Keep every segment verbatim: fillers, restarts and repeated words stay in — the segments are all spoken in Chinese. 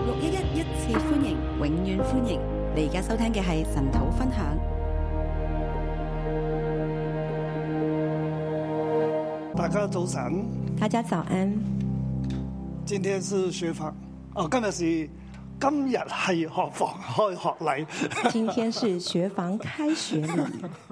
六一一一次歡迎，永遠歡迎！你而家收聽嘅係神土分享。 大家早晨， 大家早安。 今天是學房，哦，今日是今日係學房開學禮。 今天是學房開學禮。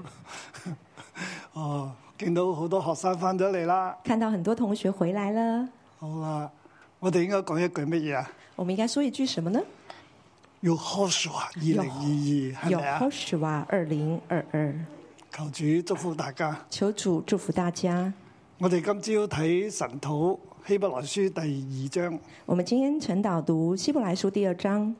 哦，見到好多學生翻咗嚟啦， 看到很多同學回來了。 好啦，我哋應該講一句乜嘢啊？ 我們應該說一句什麼呢？ 要 Joshua 二零二二，係咪啊？ 有 Joshua 二零二二。 求主祝福大家。 求主祝福大家。 我哋今朝睇神土希伯來書第二章。 我們今天晨導讀希伯來書第二章。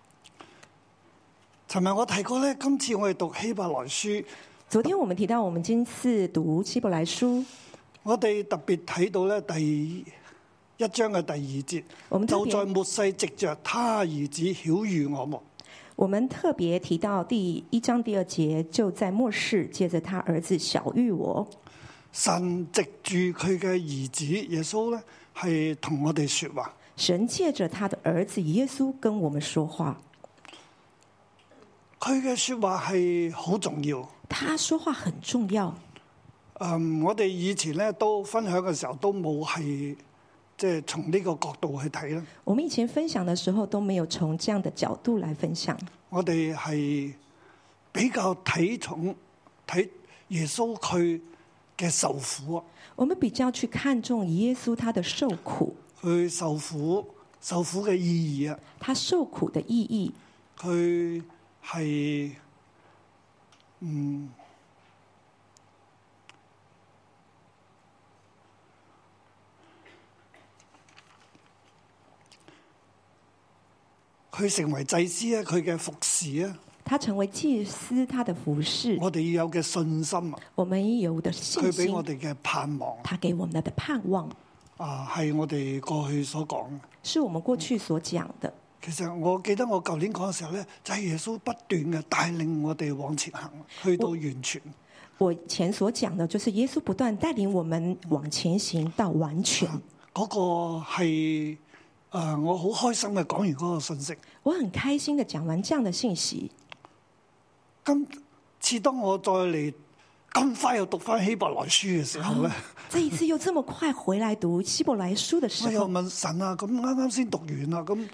尋日我提過咧，今次我哋讀希伯來書。 昨天我們提到，我們今次讀希伯來書， 我哋特別睇到咧第一章嘅第二節，就在末世藉着他兒子曉諭我們。 我們特別提到第一章第二節，就在末世借着他兒子曉諭我。 神藉住佢嘅兒子耶穌咧，係同我哋說話。 神借着他的兒子耶穌跟我們說話。 佢嘅說話係好重要。 他說話很重要。 嗯，我哋以前咧都分享嘅時候都冇係即係從呢個角度去睇啦。 我們以前分享的時候都沒有從這樣的角度來分享。 我哋係比較睇重睇耶穌佢嘅受苦啊。 我們比較去看重耶穌他的受苦。 佢受苦受苦嘅意義啊。 他受苦的意義。 佢係嗯。佢成為祭司啊，佢嘅服侍啊， 他成為祭司，他的服侍， 我哋要有嘅信心啊， 我們有的信心， 佢俾我哋嘅盼望， 他給我們的盼望啊，係我哋過去所講嘅， 是我們過去所講的。 其實我記得我舊年講嘅時候咧，就係耶穌不斷嘅帶領我哋往前行，去到完全。 我前所講的，就是耶穌不斷帶領我們往前行到完全。 嗰個係。誒、uh，我好開心嘅講完嗰個信息， 我很開心嘅講完這樣的信息。 今次當我再嚟咁快又讀翻希伯來書嘅時候咧， 這一次又這麼快回來讀希伯來書嘅時候， 我又問神啊，咁啱啱先讀完啦，咁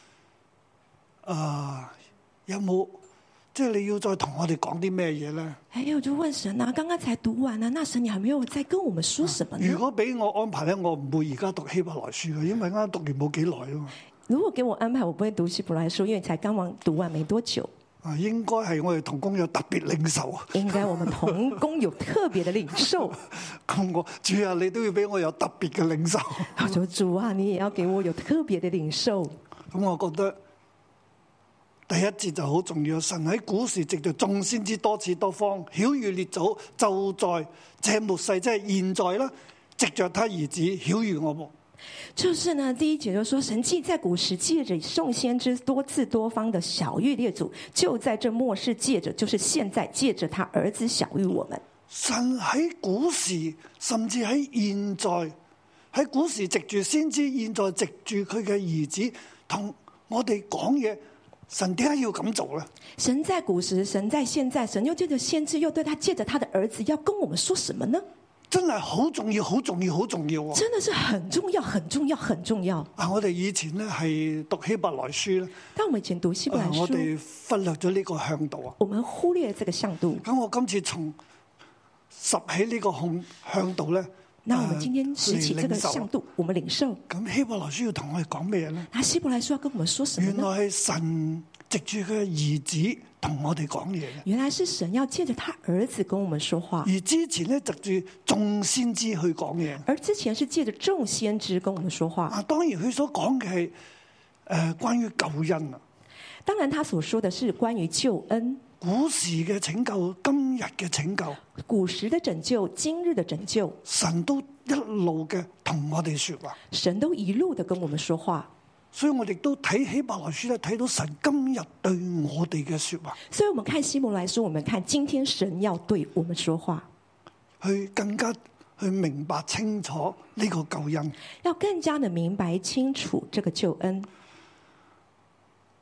啊、uh, 有冇即係你要再同我哋講啲咩嘢咧？ 哎，我就問神啊，剛剛才讀完啊，那神你還沒有再跟我們說什麼呢？ 如果俾我安排咧，我唔會而家讀希伯來書嘅，因為啱啱讀完冇幾耐啊嘛。 如果給我安排，我不會讀希伯來書，因為才剛剛讀完沒多久。 啊，應該係我哋同工有特別領受啊。 應該我們同工有特別的領受。 咁我主啊，你都要俾我有特別嘅領受。 我說主啊，你也要給我有特別的領受。 咁我覺得。第一節就好重要，神喺古時藉着眾先知多次多方曉諭列祖，就在這末世，即係現在啦，藉着他兒子曉諭我們。 就是呢，第一節就說神既在古時借着眾先知多次多方的曉諭列祖，就在這末世借着，就是現在借着他兒子曉諭我們。 神喺古時，甚至喺現在，喺古時藉住先知，現在藉住佢嘅兒子同我哋講嘢。神點解要咁做呢？ 神在古時，神在現在，神又借着先知，又對他借着他的兒子，要跟我們說什麼呢？ 真係好重要，好重要，好重要啊！ 真的是很重要，很重要，很重要。 啊，我哋以前呢係讀希伯來書咧， 當我們以前讀希伯來書， 我哋忽略咗呢個向度啊。 我們忽略了這個向度。 咁我今次從拾起呢個向向度咧。 那我們今天拾起這個向度，我們領受。 咁希伯來書要同我哋講咩咧？ 那希伯來書要跟我們說什麼呢？ 原來係神藉住佢嘅兒子同我哋講嘢嘅。 原來是神要借着他兒子跟我們說話。 而之前咧，藉住眾先知去講嘢。 而之前是借着眾先知跟我們說話。 啊，當然佢所講嘅係誒關於救恩啊。 當然他所說的是關於救恩。 古時嘅拯救，今日嘅拯救， 古時的拯救，今日的拯救， 神都一路嘅同我哋說話， 神都一路的跟我們說話， 所以我哋都睇希伯來書咧，睇到神今日對我哋嘅說話。 所以我們看希伯來書，我們看今天神要對我們說話， 去更加去明白清楚呢個救恩， 要更加的明白清楚這個救恩。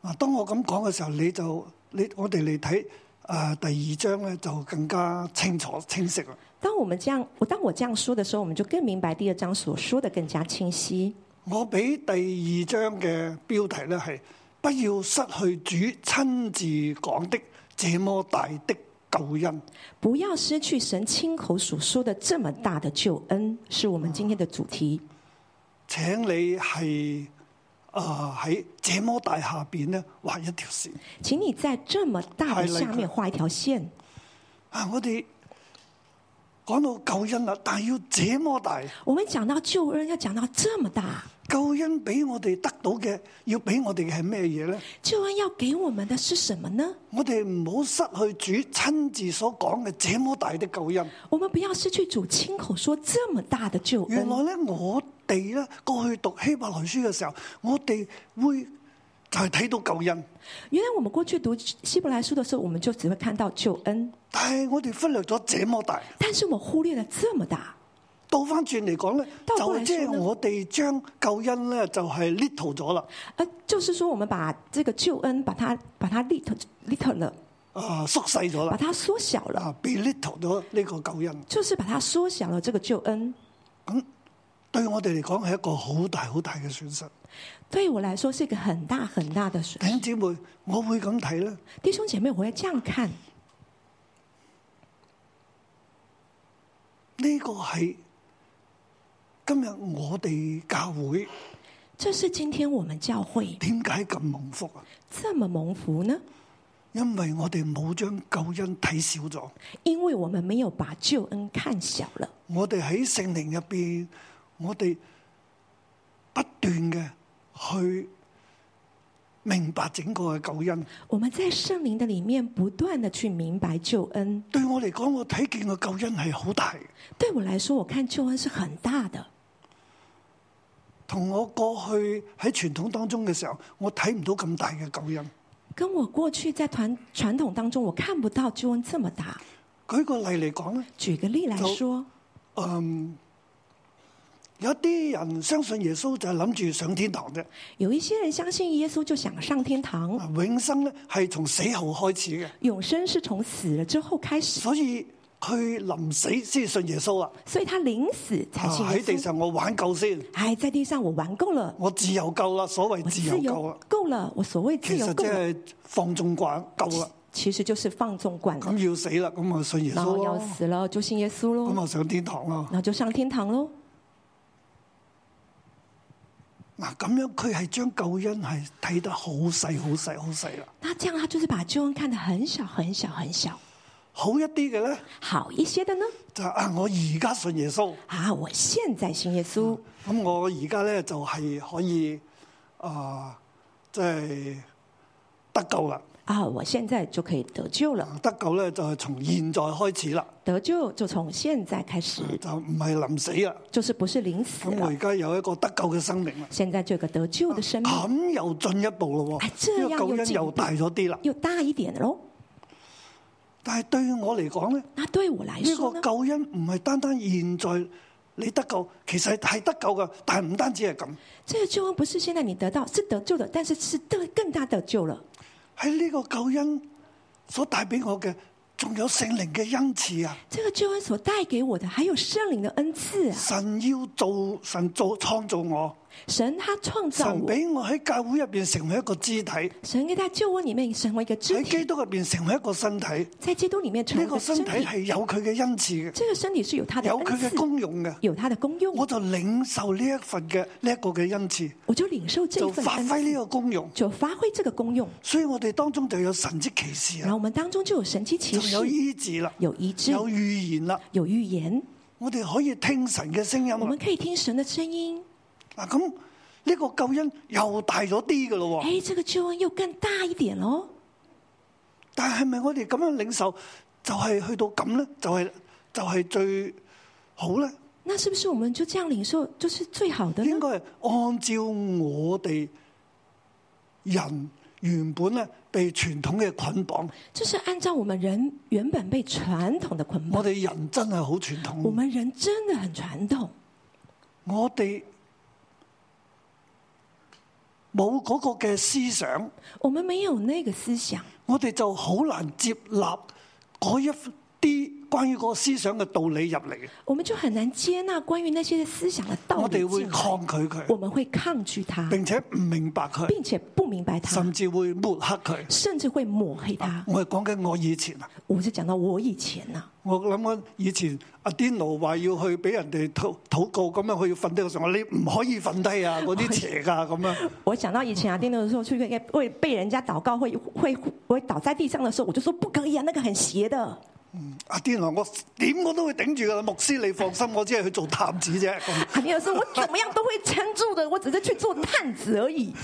啊，當我咁講嘅時候，你就你我哋嚟睇誒第二章咧，就更加清楚清晰啦。 當我們這樣，我當我這樣說的時候，我們就更明白第二章所說的更加清晰。 我俾第二章嘅標題咧係不要失去主親自講的這麼大的救恩。 不要失去神親口所說的這麼大的救恩，是我們今天的主題。 請你係啊喺這麼大下邊咧畫一條線。 請你在這麼大的下面畫一條線。 啊，我哋講到救恩啦，但係要這麼大。 我們講到救恩，要講到這麼大。 救恩俾我哋得到嘅，要俾我哋嘅係咩嘢咧？ 救恩要給我們的是什麼呢？ 我哋唔好失去主親自所講嘅這麼大的救恩。 我們不要失去主親口說這麼大的救恩。 原來咧，我哋咧過去讀希伯來書嘅時候，我哋會就係睇到救恩。 原來我們過去讀希伯來書的時候，我們就只會看到救恩。 但係我哋忽略咗這麼大。 但是我們忽略了這麼大。 倒翻轉嚟講咧，就即係我哋將救恩咧就係 little 咗啦。 誒，就是說我們把這個救恩，把它把它 little little 了， 啊縮細咗啦， 把它縮小了， 啊被 little 咗呢個救恩， 就是把它縮小了這個救恩。 咁對我哋嚟講係一個好大好大嘅損失。 對我來說是一個很大很大的損失。 弟兄姊妹，我會咁睇咧。 弟兄姐妹，我會這樣看。 呢個係今日我哋教會， 這是今天我們教會點解咁蒙福啊？ 這麼蒙福呢？ 因為我哋冇將救恩睇小咗， 因為我們沒有把救恩看小了。 我哋喺聖靈入邊，我哋不斷嘅去明白整個嘅救恩。 我們在聖靈的裏面不斷的去明白救恩。 對我嚟講，我睇見個救恩係好大。 對我來說，我看救恩是很大的。 同我過去喺傳統當中嘅時候，我睇唔到咁大嘅救恩。 跟我過去在傳傳統當中，我看不到救恩這麼大。 舉個例嚟講咧， 舉個例來說， 嗯，有啲人相信耶穌就係諗住上天堂啫。 有一些人相信耶穌就想上天堂。 永生咧係從死後開始嘅。 永生是從死了之後開始。 所以佢臨死先信耶穌啦。 所以他臨死才信耶穌。 喺地上我玩夠先。 係在地上我玩夠了。 我自由夠啦，所謂自由夠啦。 夠了，我所謂自由夠了。 其實即係放縱慣夠啦。 其實就是放縱慣了。 咁要死啦，咁啊信耶穌咯。 要死了就信耶穌咯。 咁啊上天堂咯。 然後就上天堂咯。 嗱，咁樣佢係將救恩係睇得好細、好細、好細啦。 那這樣他就是把救恩看得很小、很小、很小。 好一啲嘅咧， 好一些的呢？ 就啊，我而家信耶穌。 啊，我現在信耶穌。 咁、嗯、我而家咧就係、是、可以啊，即、呃、係、就是、得救啦。 啊，我現在就可以得救了。 得救咧就係從現在開始啦。 得救就從現在開始， 就唔係臨死啦。 就是不是臨死。 咁我而家有一個得救嘅生命啦。 現在就有個得救嘅生命。 咁又進一步咯喎。 這樣救恩又大咗啲啦。 又大一點咯。 但係對我嚟講咧， 那對我來說呢？ 呢個救恩唔係單單現在你得救，其實係得救嘅，但係唔單止係咁。 這個救恩不是現在你得到，是得救的，但是是得更大得救了。 喺呢個救恩所帶俾我嘅，仲有聖靈嘅恩賜啊！ 這個救恩所帶給我的，還有聖靈的恩賜啊！ 神要做，神做創造我。 神他創造我， 神俾我喺教會入邊成為一個肢體。 神給他救恩裏面成為一個肢體。 喺基督入邊成為一個身體。 在基督裏面成為一個身體。 呢個身體係有佢嘅恩賜嘅。 這個身體是有他的恩賜， 有佢嘅功用嘅。 有他的功用。 我就領受呢一份嘅呢一個嘅恩賜。 我就領受這份恩賜， 就發揮呢個功用。 就發揮這個功用。 所以我哋當中就有神蹟奇事啊。 然後我們當中就有神蹟奇事。 有醫治啦。 有醫治。 有預言啦。 有預言。 我哋可以聽神嘅聲音。 我們可以聽神的聲音。 嗱咁。呢個救恩又大咗啲㗎咯喎！ 誒，這個救恩又更大一點咯。 但係咪我哋咁樣領受，就係去到咁咧？就係就係最好咧？ 那是不是我們就這樣領受，就是最好的呢？ 應該係按照我哋人原本咧被傳統嘅捆綁。 就是按照我們人原本被傳統的捆綁。 我哋人真係好傳統。 我們人真的很傳統。 我哋。 冇嗰個嘅思想， 我們沒有那個思想， 我哋就好難接納嗰一啲關於嗰個思想嘅道理入嚟。 我們就很難接納關於那些思想的道理。 我哋會抗拒佢， 我們會抗拒他， 並且唔明白佢， 並且不明白他， 甚至會抹黑佢， 甚至會抹黑他。 我係講緊我以前啊， 我是講到我以前啊， 我諗緊以前阿甸奴話要去俾人哋禱禱告，咁樣佢要瞓低嘅時候，你唔可以瞓低啊，嗰啲邪噶咁樣。 我想到以前阿甸奴嘅時候，去為被人家禱告，會會會倒在地上的時候，我就說不可以啊，那個很邪的。 嗯，阿甸奴，我點我都會頂住噶，牧師你放心，我只係去做探子啫。 阿甸奴說：我怎麼樣都會撐住的，我只是去做探子而已。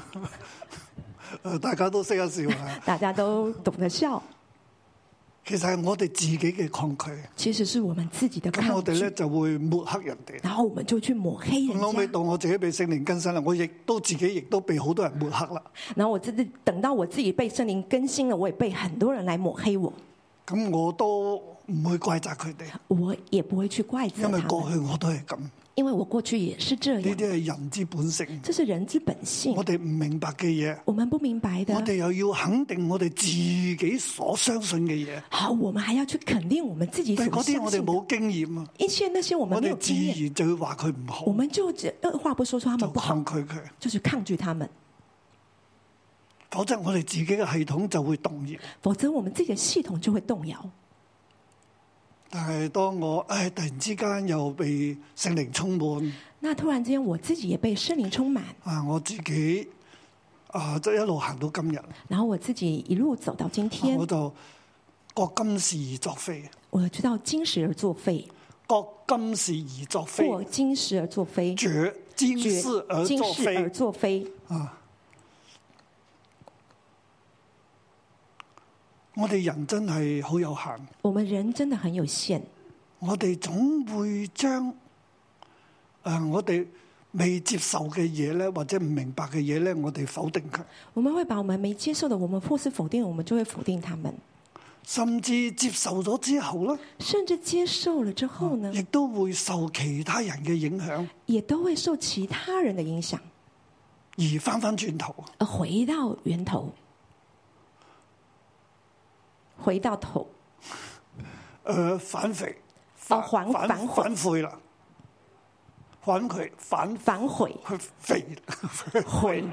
大家都識得笑啊！ 大家都懂得笑。 其實係我哋自己嘅抗拒， 其實是我們自己的抗拒。 咁我哋咧就會抹黑人哋， 然後我們就去抹黑人家。 後尾到我自己被聖靈更新啦，我亦都自己亦都被好多人抹黑啦。 然後我自己等到我自己被聖靈更新了，我也被很多人來抹黑我。 咁我都唔會怪責佢哋， 我也不會去怪責他們， 因為過去我都係咁。 因為我過去也是這樣。 呢啲係人之本性， 這是人之本性。 我哋唔明白嘅嘢， 我們不明白的， 我哋又要肯定我哋自己所相信嘅嘢。 好，我們還要去肯定我們自己所相信的。 對嗰啲我哋冇經驗啊， 一切那些我們沒有經驗， 我哋自然就會話佢唔好， 我們就二話不說說他們不好， 就抗拒佢， 就是抗拒他們。 否則我哋自己嘅系統就會動搖， 否則我們自己的系統就會動搖。 但係當我唉突然之間又被聖靈充滿， 那突然之間我自己也被聖靈充滿啊！我自己啊，就一路行到今日， 然後我自己一路走到今天， 啊、我就覺今是而作非， 我知道今時而作非， 覺今是而作非， 過今時而作非， 覺今是而作非， 而作非啊！我哋人真係好有限， 我們人真的很有限。 我哋總會將誒、呃、我哋未接受嘅嘢咧，或者唔明白嘅嘢咧，我哋否定佢。 我們會把我們沒接受的，我們或是否定，我們就會否定他們。 甚至接受咗之後咧， 甚至接受了之後呢， 亦都會受其他人嘅影響， 也都會受其他人的影響， 而翻翻轉頭， 而回到源頭。回到頭， 誒、呃、反肥， 反反反反悔啦，反佢反反悔， 肥悔，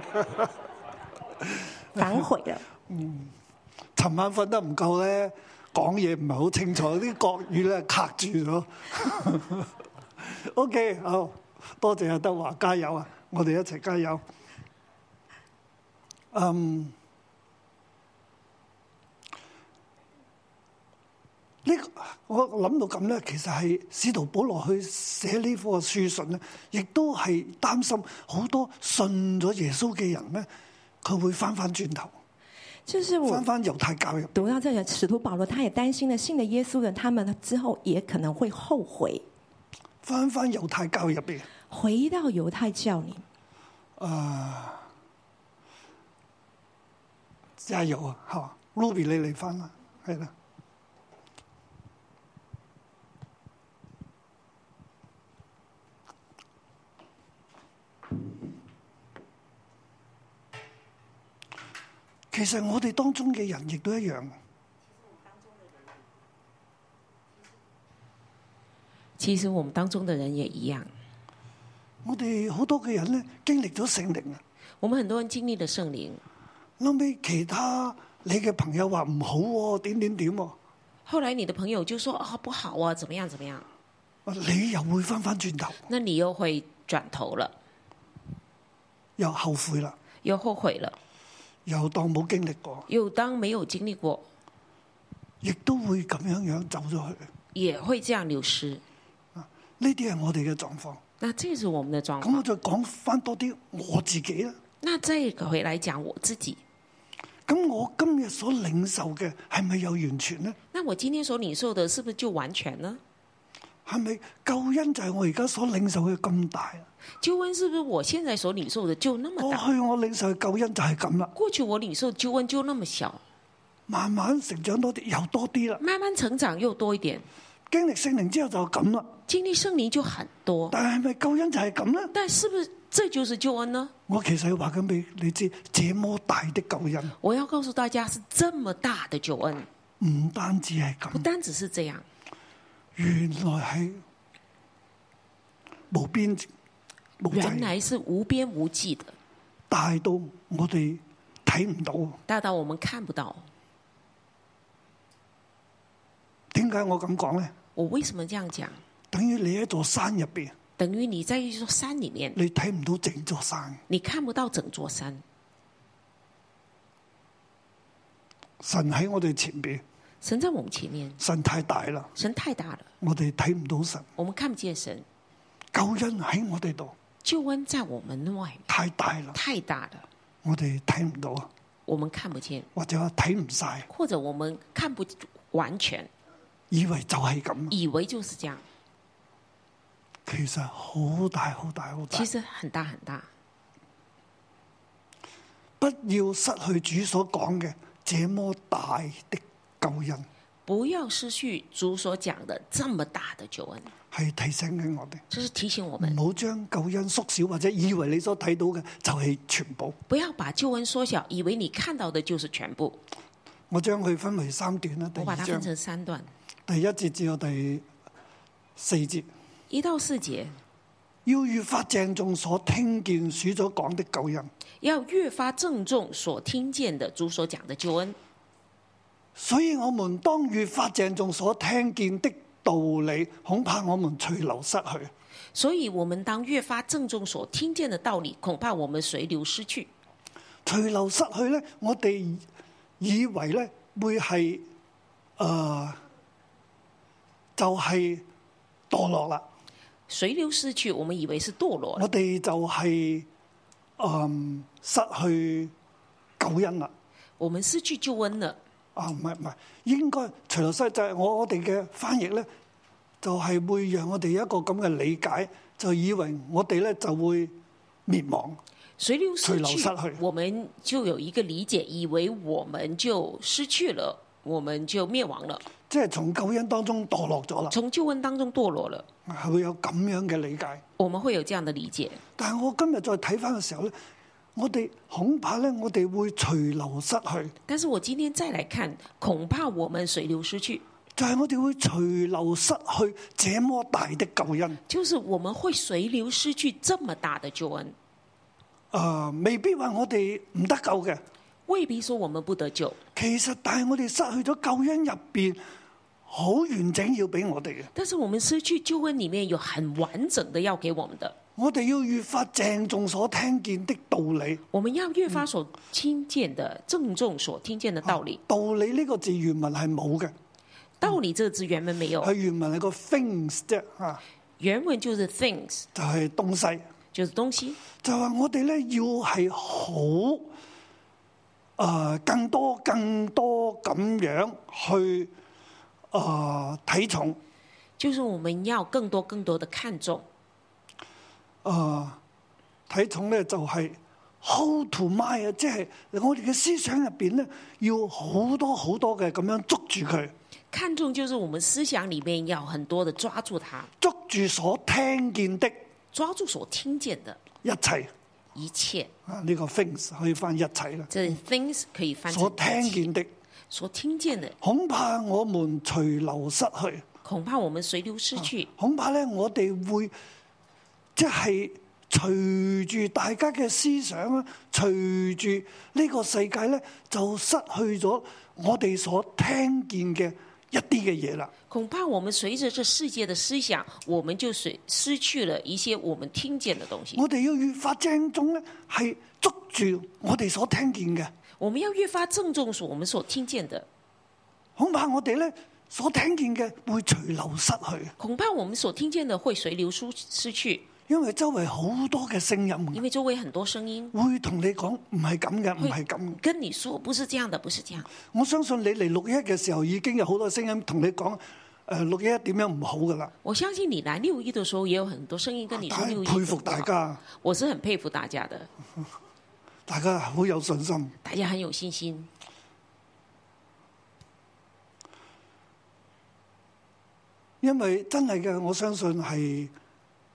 反悔啦。 嗯，尋晚瞓得唔夠咧，講嘢唔係好清楚，啲國語咧卡住咗。OK， 好多謝阿德華，加油啊！我哋一齊加油。嗯。呢個我諗到咁咧，其實係使徒保羅去寫呢封嘅書信咧，亦都係擔心好多信咗耶穌嘅人咧，佢會翻翻轉頭， 就是我翻翻猶太教入。 讀到這裡，使徒保羅他也擔心了信了耶穌的他們之後也可能會後悔， 翻翻猶太教入邊， 回到猶太教裏。 啊，加油啊！嚇 ，Ruby 你嚟翻啦，係啦。其實我哋當中嘅人亦都一樣。 其實我們當中的人也一樣。 我哋好多嘅人咧，經歷咗聖靈啊。 我們很多人經歷了聖靈。 後尾其他你嘅朋友話唔好喎，點點點喎。 後來你的朋友就說啊，不好啊，怎麼樣怎麼樣。 你又會翻翻轉頭。 那你又會轉頭了， 又後悔啦， 又後悔了。 又當冇經歷過， 又當沒有經歷過， 亦都會咁樣樣走咗去， 也會這樣流失。 呢啲係我哋嘅狀況。 那這是我們的狀況。 咁我再講翻多啲我自己啦。 那再回來講我自己。 咁我今日所領受嘅係咪有完全呢？ 那我今天所領受的，是不是就完全呢？ 係咪救恩就係我而家所領受嘅咁大？ 救恩是不是我現在所領受的就那麼大？ 過去我領受嘅救恩就係咁啦。 過去我領受救恩就那麼小， 慢慢成長多啲又多啲啦。 慢慢成長又多一點， 經歷聖靈之後就咁啦。 經歷聖靈就很多。 但係咪救恩就係咁呢？ 但是不是這就是救恩呢？ 我其實要話緊俾你知，這麼大的救恩， 我要告訴大家，是這麼大的救恩， 唔單止係不咁， 單只是這樣， 原來係無邊無際， 原來是無邊無際的， 大到我哋睇唔到。 大到我們看不到。 點解我咁講呢？ 我為什麼這樣講？ 等於你喺座山入邊， 等於你在一座山裏面， 你睇唔到整座山。 你看不到整座山。 神喺我哋前邊， 神在我們前面， 神太大啦， 神太大了， 我哋睇唔到神。 我們看不見神。 救恩喺我哋度， 救恩在我們外面， 太大啦， 太大了， 我哋睇唔到， 我們看不見， 或者話睇唔晒， 或者我們看不完全， 以為就係咁， 以為就是這樣。 其實好大好大好大。 其實很大很大。 不要失去主所講嘅這麼大的救恩， 不要失去主所講的這麼大的救恩， 係提醒緊我哋， 這是提醒我們， 唔好將救恩縮小，或者以為你所睇到嘅就係全部。 不要把救恩縮小，以為你看到的就是全部。 我將佢分為三段啦，第二章我把它分成三段， 第一節至到第四節， 一到四節， 要越發鄭重所聽見主所講的救恩。 要越發鄭重所聽見的主所講的救恩。 所以我們當越發鄭重所聽見的道理，恐怕我們隨流失去。 所以我們當越發鄭重所聽見的道理，恐怕我們隨流失去。 隨流失去呢，我哋以為呢會係誒、呃，就係、是、墮落啦。 隨流失去，我們以為是墮落了。 我哋就係、是、誒、呃、失去救恩啦。 我們失去救恩了。 啊，唔係唔係，應該隨流失就係我我哋嘅翻譯咧，就係、是、會讓我哋有一個咁嘅理解，就以為我哋咧就會滅亡。 隨流失去， 隨流失去， 我們就有一個理解，以為我們就失去了，我們就滅亡了。 即係從救恩當中墮落咗啦。 從救恩當中墮落了， 係會有咁樣嘅理解。 我們會有這樣的理解。 但係我今日再睇翻嘅時候咧，我哋恐怕咧，我哋會隨流失去。 但是我今天再來看，恐怕我們隨流失去， 就係、是、我哋會隨流失去這麼大的救恩。 就是我們會隨流失去這麼大的救恩。 誒、呃，未必話我哋唔得救嘅， 未必說我們不得救。 其實，但係我哋失去咗救恩入邊好完整要俾我哋嘅。 但是我們失去救恩裏面有很完整的要給我們的。 我哋要越發鄭重所聽見的道理。 我們要越發所聽見的鄭重所聽見的道理。 啊、道理呢個字原文係冇嘅。 道理這個字原文沒有。 係原文係個 things 啫，吓。 原文就是 things， 就係東西。 就是東西。 就話我哋咧要係好，誒、呃，更多更多咁樣去誒睇、呃、重。 就是我們要更多更多的看重。 誒、呃，睇重咧就係 hold to mind 啊，即係我哋嘅思想入邊咧要好多好多嘅咁樣捉住佢。 看重就是我們思想裏面要很多的抓住它， 捉住所聽見的。 抓住所聽見的一切， 一切啊！呢個 things 可以翻一切啦。 這 things 可以翻所聽見的， 所聽見的， 恐怕我們隨流失去。 恐怕我們隨流失去。 啊、恐怕咧，我哋會即係隨住大家嘅思想啦，隨住呢個世界咧，就失去咗我哋所聽見嘅一啲嘅嘢啦。 恐怕我們隨着這世界的思想，我們就失失去了一些我們聽見的東西。 我哋要越發鄭重咧，係捉住我哋所聽見嘅。 我們要越發鄭重所我們所聽見的。 恐怕我哋咧所聽見嘅會隨流失去。 恐怕我們所聽見的會隨流失失去。 因為周圍好多嘅聲音。 因為周圍很多聲音會同你講唔係咁嘅，唔係咁。 跟你說不是這樣的，不是這樣。 我相信你嚟六一嘅時候已經有好多聲音同你講。誒六一點樣唔好噶啦？ 我相信你來六一的時候，也有很多聲音跟你說六一。 佩服大家， 我是很佩服大家的。 大家好有信心， 大家很有信心。 因為真係嘅，我相信係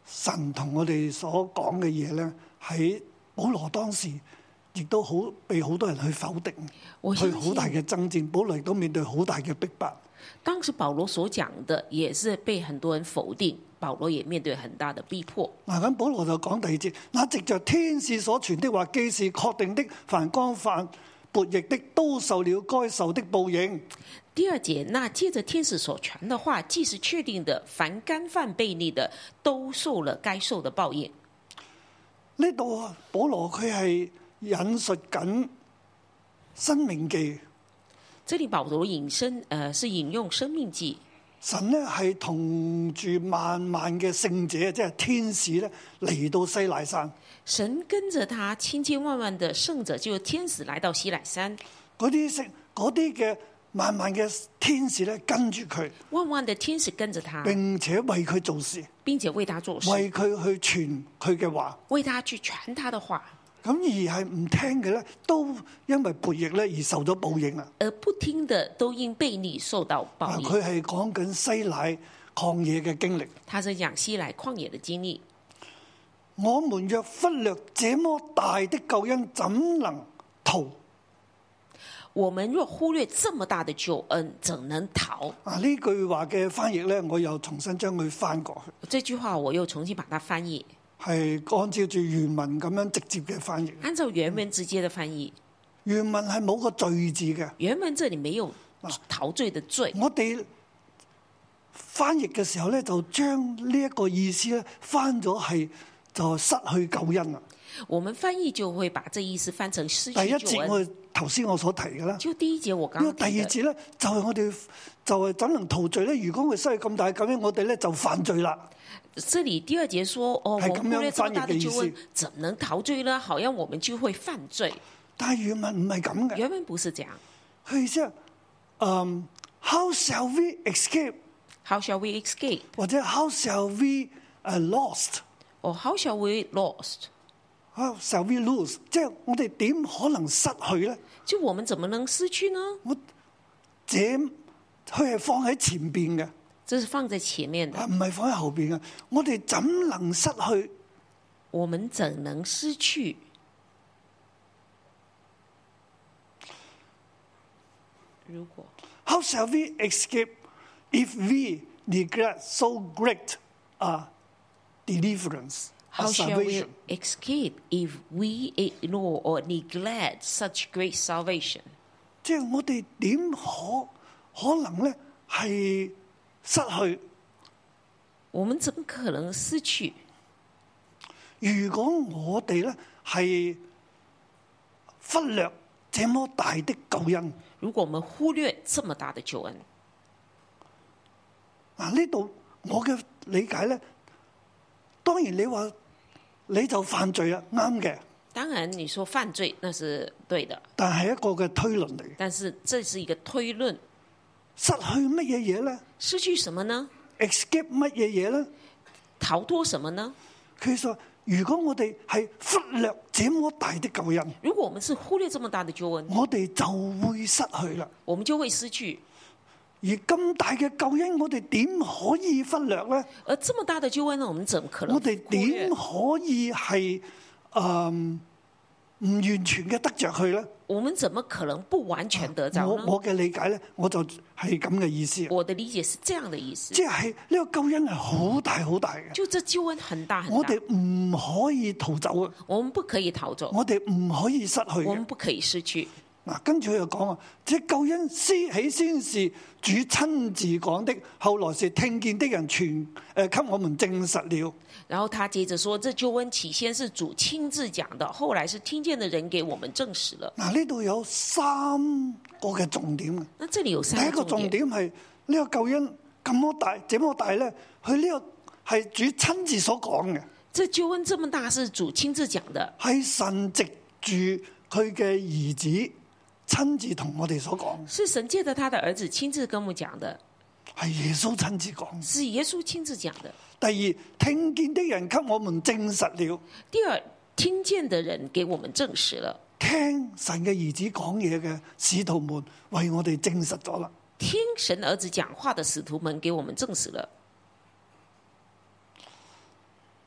神同我哋所講嘅嘢咧，喺保羅當時亦都好被好多人去否定，去好大嘅爭戰。保羅亦都面對好大嘅逼迫。 當時保羅所講的也是被很多人否定，保羅也面對很大的逼迫。 嗱，咁保羅就講第二節，那藉着天使所傳的話，既是確定的，凡干犯悖逆的，都受了該受的報應。 第二節，那借着天使所傳的話，既是確定的，凡干犯悖逆的，都受了該受的報應。 呢度保羅佢係引述緊申命記。 這裡保羅引申，呃，是引用申命記。 神呢係同住萬萬嘅聖者，即係天使咧嚟到西乃山。 神跟着他千千萬萬的聖者，就是天使來到西乃山。 嗰啲聖嗰啲嘅萬萬嘅天使咧跟住佢， 萬萬的天使跟着他， 並且為佢做事， 並且為他做事， 為佢去傳佢嘅話， 為他去傳他的話。 咁而係唔聽嘅咧，都因為悖逆咧而受咗報應啊！ 而不聽的都因悖逆受到報應。 佢係講緊西乃曠野嘅經歷。 他是講西乃曠野的經歷。 我們若忽略這麼大的救恩，怎能逃？ 我們若忽略這麼大的救恩，怎能逃？ 啊！呢句話嘅翻譯咧，我又重新將佢翻過去。 這句話我又重新把它翻譯。 係按照住原文咁樣直接嘅翻譯。 按照原文直接嘅翻譯， 原文係冇個罪字嘅。 原文這裡沒有逃罪的罪。 我哋翻譯嘅時候咧，就將呢一個意思咧翻咗係就失去救恩啦。 我們翻譯就會把這意思翻成失去救恩。 第一節我頭先我所提嘅啦。 就第一節我剛剛提的。 第二節咧就係我哋就係怎能逃罪咧？如果佢失去咁大嘅救恩，我哋咧就犯罪啦。 這裡第二節說：哦，我們忽略這麼大的救恩，怎能逃罪呢？好像我們就會犯罪。 但係原文唔係咁嘅。 原文不是這樣。 佢意思係，嗯 ，How shall we escape？ How shall we escape？ 或者 How shall we uh, lost？ 哦、oh, ，How shall we lost？How shall we lose？ 即係我哋點可能失去咧？ 就我們怎麼能失去呢？ 我這佢係放喺前邊嘅。 這是放在前面的， 唔係放喺後邊嘅。我哋怎能失去？ 我們怎能失去？如果 How shall we escape if we neglect so great a deliverance? How shall we escape if we ignore or neglect such great salvation? 即係我哋點可可能咧係？失去， 我們怎麼可能失去？ 如果我哋咧係忽略這麼大的救恩， 如果我們忽略這麼大的救恩， 嗱呢度我嘅理解咧，當然你話你就犯罪啦，啱嘅。 當然你說犯罪那是對的， 但係一個嘅推論嚟。 但是這是一個推論。 失去乜嘢嘢咧？ 失去什麼呢 ？escape 乜嘢嘢咧？ 逃脫什麼呢？ 其實如果我哋係忽略這麼大的救恩， 如果我們是忽略這麼大的救恩， 我哋就會失去啦。 我們就會失去。 而咁大嘅救恩，我哋點可以忽略咧？ 而這麼大的救恩呢？我們怎麼可能？ 我哋點可以係誒唔完全嘅得着去咧？ 我們怎麼可能不完全得着呢？ 我我嘅理解咧，我就係咁嘅意思。 我的理解是這樣的意思， 即係呢個救恩係好大好大嘅。 就這救恩很大很大， 我哋唔可以逃走啊！ 我們不可以逃走， 我哋唔可以失去， 我們不可以失去。 嗱，跟住佢又講啊，這救恩先起先是主親自講的，後來是聽見的人傳誒給我們證實了。 然後他接着說，這救恩起先是主親自講的，後來是聽見的人給我們證實了。 嗱，呢度有三個嘅重點啊。 那這裡有三個重點。 第一個重點係呢個救恩咁麼大，這麼大咧，佢呢個係主親自所講嘅。 這救恩這麼大，是主親自講的， 係神藉住佢嘅兒子親自同我哋所講， 是神借着他的兒子親自跟我們講的， 係耶穌親自講， 是耶穌親自講的。 第二，聽見的人給我們證實了。 第二，聽見的人給我們證實了。 聽神嘅兒子講嘢嘅使徒們為我哋證實咗啦。 聽神兒子講話的使徒們給我們證實了。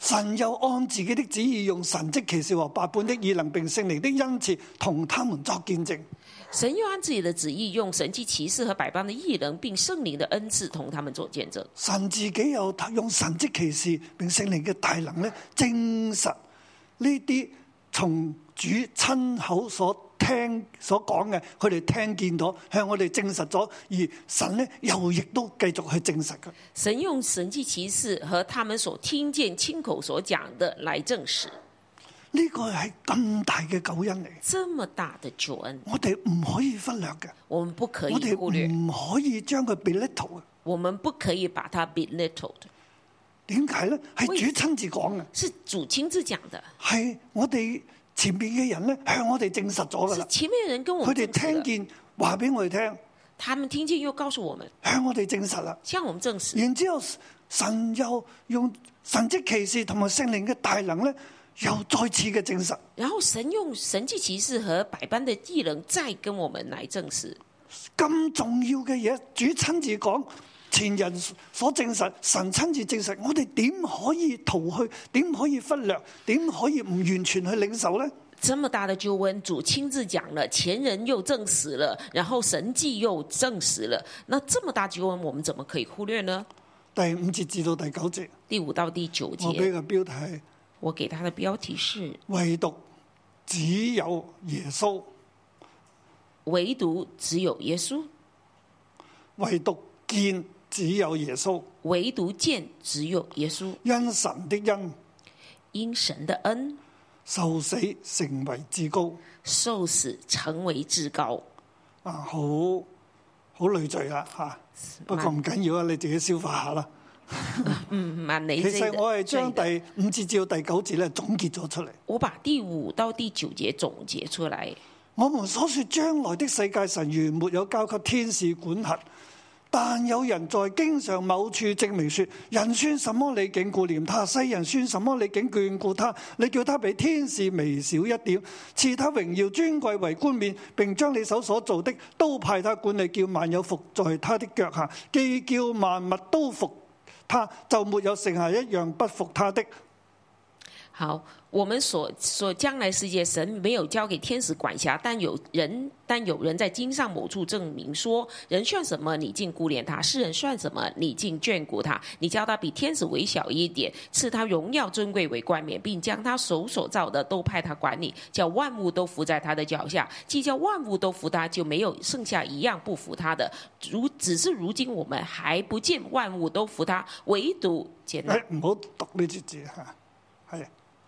神又按自己的旨意，用神蹟奇事和百般的異能並聖靈的恩賜，同他們作見證。 神又按自己的旨意，用神蹟奇事和百般的異能並聖靈的恩賜，同他們做見證。 神自己又用神蹟奇事並聖靈嘅大能咧，證實呢啲從主親口所聽所講嘅，佢哋聽見到，向我哋證實咗，而神呢又亦都繼續去證實嘅。 神用神蹟奇事和他們所聽見、親口所講的來證實。 呢個係咁大嘅救恩嚟， 這麼大的救恩， 我哋唔可以忽略嘅。 我們不可我哋以忽略， 唔可以將佢 belittle 嘅。 我們不可以把它 belittled。 點解咧？係主親自講嘅， 是主親自講的， 係我哋前邊嘅人咧向我哋證實咗噶啦。 前面嘅人跟我們佢哋聽見話俾我哋聽， 他們聽見又告訴我們， 向我哋證實啦。 向我們證實。 然之後神又用神蹟奇事同埋聖靈嘅大能咧，又再次嘅證實。 然後神用神蹟奇事和百般的異能再跟我們來證實。 咁重要嘅嘢，主親自講，前人所證實，神親自證實，我哋點可以逃去？點可以忽略？點可以唔完全去領受呢？ 這麼大的救恩，主親自講了，前人又證實了，然後神蹟又證實了，那這麼大救恩，我們怎麼可以忽略呢？ 第五節至到第九節， 第五到第九節， 我俾個標題係， 我給他的標題是唯獨只有耶穌， 唯獨只有耶穌， 唯獨見只有耶穌， 唯獨見只有耶穌， 因神的恩， 因神的恩， 受死成為至高， 受死成為至高。 啊，好好累贅啦吓，不過唔緊要啊，你自己消化下啦。 嗯，蠻累贅的。 其實我係將第五節至到第九節咧總結咗出嚟。 我把第五到第九節總結出來。 我們所說將來的世界，神原沒有交給天使管轄，但有人在經上某處證明說：人算什麼，你竟顧念他；世人算什麼，你竟眷顧他。你叫他比天使微小一點，賜他榮耀尊貴為冠冕，並將你手所做的都派他管理，叫萬有服在他的腳下，既叫萬物都服他，就沒有剩下一樣不服他的。 好，我們所所將來世界，神沒有交給天使管轄，但有人但有人在經上某處證明說：人算什麼，你竟顧念他；世人算什麼，你竟眷顧他。你叫他比天使微小一點，賜他榮耀尊貴為冠冕，並將他手所造的都派他管理，叫萬物都服在他的腳下。既叫萬物都服他，就沒有剩下一樣不服他的。如只是如今我們還不見萬物都服他，唯獨見那。 唔好讀呢節字吓，係。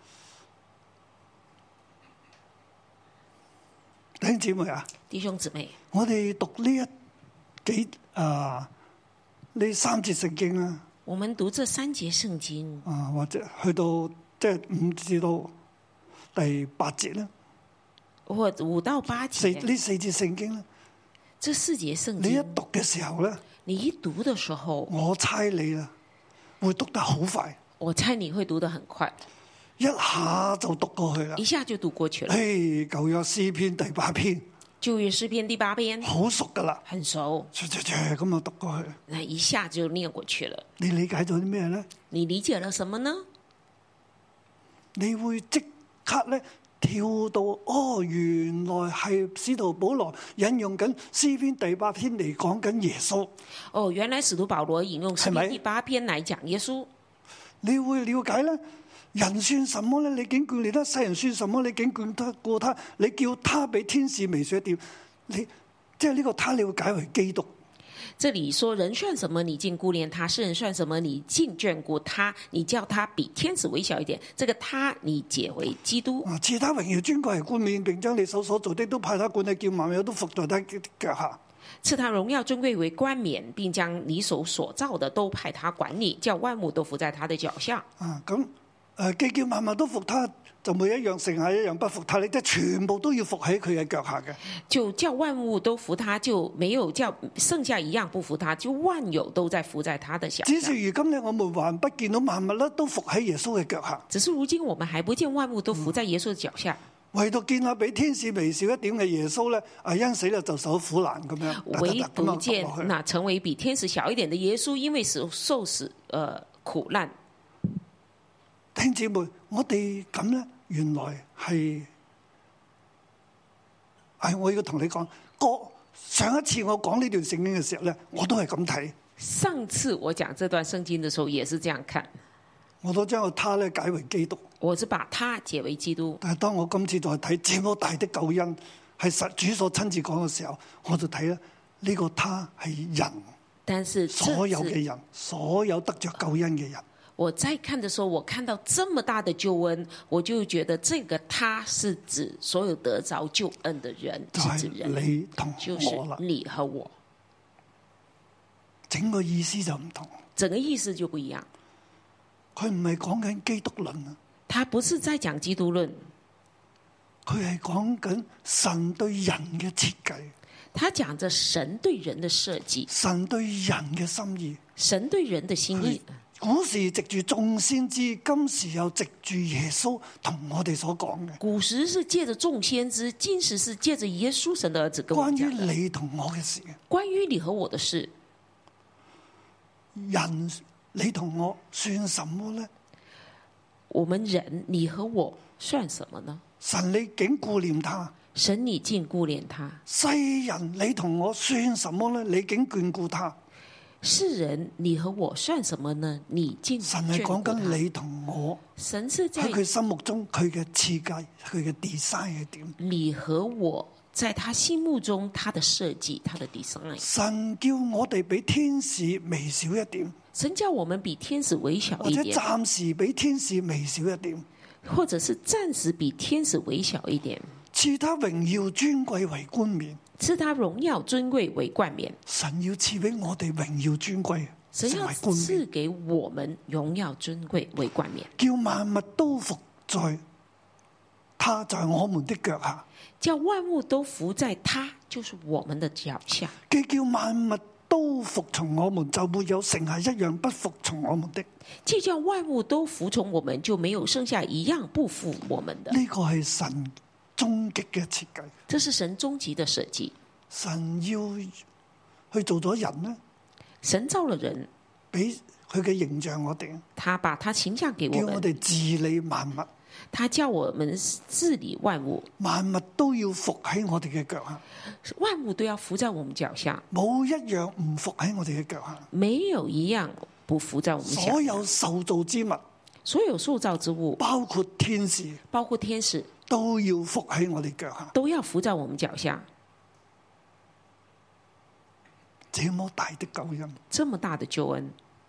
弟兄姊妹啊， 弟兄姊妹， 我哋讀呢一幾啊呢三節聖經啊， 我們讀這三節聖經啊，或者去到即係五至到第八節咧， 或五到八節， 四呢四節聖經咧， 這四節聖經， 你一讀嘅時候咧， 你一讀嘅時候， 我猜你啦會讀得好快， 我猜你會讀得很快。 一下就讀過去啦， 一下就讀過去了。 誒，舊約詩篇第八篇， 舊約詩篇第八篇， 好熟噶啦， 很熟， 咁啊讀過去， 那一下就念過去了。 你理解咗啲咩咧？ 你理解了什麼呢？ 你會即刻咧跳到哦，原來係使徒保羅引用緊詩篇第八篇嚟講緊耶穌。 哦，原來使徒保羅引用詩篇第八篇嚟講耶穌。 你會了解咧？人算什麼咧？你竟眷念他；世人算什麼？你竟眷他顧他。你叫他比天使微小一點，你即係呢個他，你會解為基督。 這裡說人算什麼？你竟顧念他；世人算什麼？你竟眷顧他。你叫他比天使微小一點，這個他你解為基督。 啊，賜他榮耀尊貴為冠冕，並將你手所做的都派他管理，叫萬有都服在他腳下。 賜他榮耀尊貴為冠冕，並將你手所造的都派他管理，叫萬物都服在他的腳下。 啊，咁。誒，既叫萬物都服他，就每一樣剩下一樣不服他，你即係全部都要服喺佢嘅腳下嘅。 就叫萬物都服他，就沒有叫剩下一樣不服他，就萬有都在服在他的腳下。 只是如今呢，我們還不見到萬物咧都服喺耶穌嘅腳下。 只是如今我們還不見萬物都服在耶穌的腳下。 嗯、唯獨見那比天使微小一點嘅耶穌咧，啊因死咧就受苦難咁樣。 唯獨見那成為比天使小一點的耶穌，因為受受死，呃苦難。 弟兄姊妹，我哋咁咧，原來係，唉，我要同你講，個上一次我講呢段聖經嘅時候咧，我都係咁睇。 上次我講這段聖經嘅時候，也是這樣看。 我都將個他咧解為基督。 我是把他解為基督。 但係當我今次再睇這麼大的救恩，係實主所親自講嘅時候，我就睇咧呢個他係人， 但是所有嘅人，所有得着救恩嘅人。 我在看的時候，我看到這麼大的救恩，我就覺得這個他是指所有得着救恩的人，是指人， 你同就是我啦， 你和我。 整個意思就唔同， 整個意思就不一樣。 佢唔係講緊基督論啊， 他不是在講基督論， 佢係講緊神對人嘅設計。 他講着神對人的設計， 神對人嘅心意， 神對人的心意。 古時藉住眾先知，今時又藉住耶穌同我哋所講嘅。 古時是借着眾先知，今時是借着耶穌神的兒子跟我講的。 關於你同我嘅事， 關於你和我的事， 人你同我算什麼呢？ 我們人你和我算什麼呢？ 神你竟顧念他， 神你竟顧念他。 世人你同我算什麼呢？你竟眷顧他。 世人你和我算什麼呢？你竟神係講緊你同我， 神是在喺佢心目中佢嘅設計，佢嘅 design 係點？ 你和我在他心目中，他的設計，他的 design。 神叫我哋比天使微小一點， 神叫我們比天使微小一點， 或者暫時比天使微小一點， 或者是暫時比天使微小一點， 賜他榮耀尊貴為冠冕。 賜他榮耀尊貴為冠冕。 神要賜俾我哋榮耀尊貴， 神要賜給我們榮耀尊貴為冠冕， 叫萬物都服在他，在我們的腳下。 叫萬物都服在他，就是我們的腳下。 既叫萬物都服從我們，就沒有剩下一樣不服從我們的。 既叫萬物都服從我們，就沒有剩下一樣不服我們的。 呢個係神終極嘅設計， 這是神終極的設計。 神要去做咗人呢， 神造了人， 俾佢嘅形象我哋， 他把他形象給我們， 叫我哋治理萬物， 他叫我們治理萬物， 萬物都要服喺我哋嘅腳下， 萬物都要服在我們腳下， 冇一樣唔服喺我哋嘅腳下， 沒有一樣不服在我們腳下。 所有受造之物， 所有塑造之物， 包括天使， 包括天使， 都要服喺我哋腳下， 都要服在我們腳下。 這麼大的救恩， 這麼大的救恩，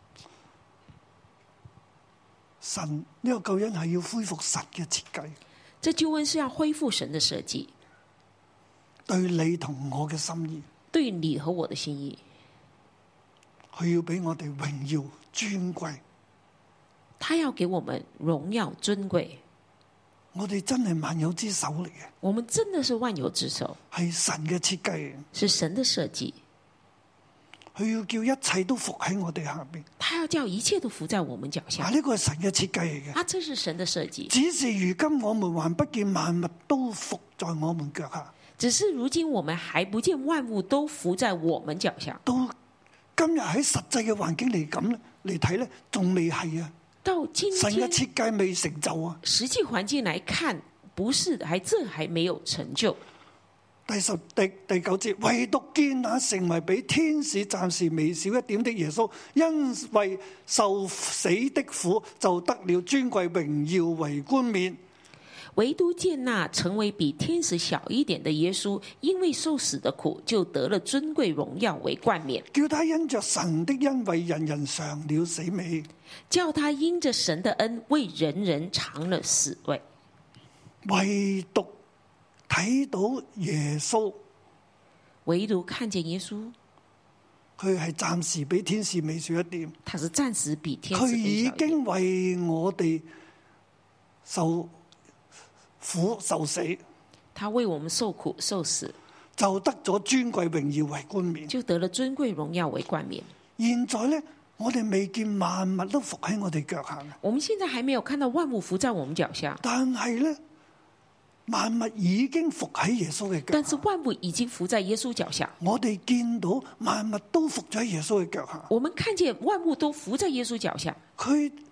神呢個救恩係要恢復神嘅設計。 這救恩是要恢復神的設計， 對你同我嘅心意， 對你和我的心意， 佢要俾我哋榮耀尊貴。 他要給我們榮耀尊貴。 我哋真係萬有之首嚟嘅， 我們真的是萬有之首， 係神嘅設計， 是神的設計。 佢要叫一切都服喺我哋下邊， 他要叫一切都服在我們腳下。 啊，呢個係神嘅設計嚟嘅。 啊，這是神的設計。 只是如今我們還不見萬物都服在我們腳下。 只是如今我們還不見萬物都服在我們腳下。 到今日喺實際嘅環境嚟咁嚟睇咧，仲未係啊。 到今天神嘅設計未成就啊。 實際環境來看，不是，還這還沒有成就。 第十第第九節，唯獨見那成為比天使暫時微小一點的耶穌，因為受死的苦，就得了尊貴榮耀為冠冕。 唯獨見那成為比天使小一點的耶穌，因為受死的苦，就得了尊貴榮耀為冠冕。 叫他因着神的恩為人人嘗了死味， 叫他因着神的恩為人人嘗了死味。 唯獨睇到耶穌， 唯獨看見耶穌， 佢係暫時比天使微小一點。 他是暫時比天使微小一點。 佢已經為我哋受苦受死， 他為我們受苦受死， 就得咗尊貴榮耀為冠冕， 就得了尊貴榮耀為冠冕。 現在呢，我哋未見萬物都伏喺我哋腳下。 我們現在還沒有看到萬物伏在我們腳下， 但係呢，萬物已經伏喺耶穌嘅腳下。 但是萬物已經伏在耶穌腳下。 我哋見到萬物都伏咗喺耶穌嘅腳下。 我們看見萬物都伏在耶穌腳下。 佢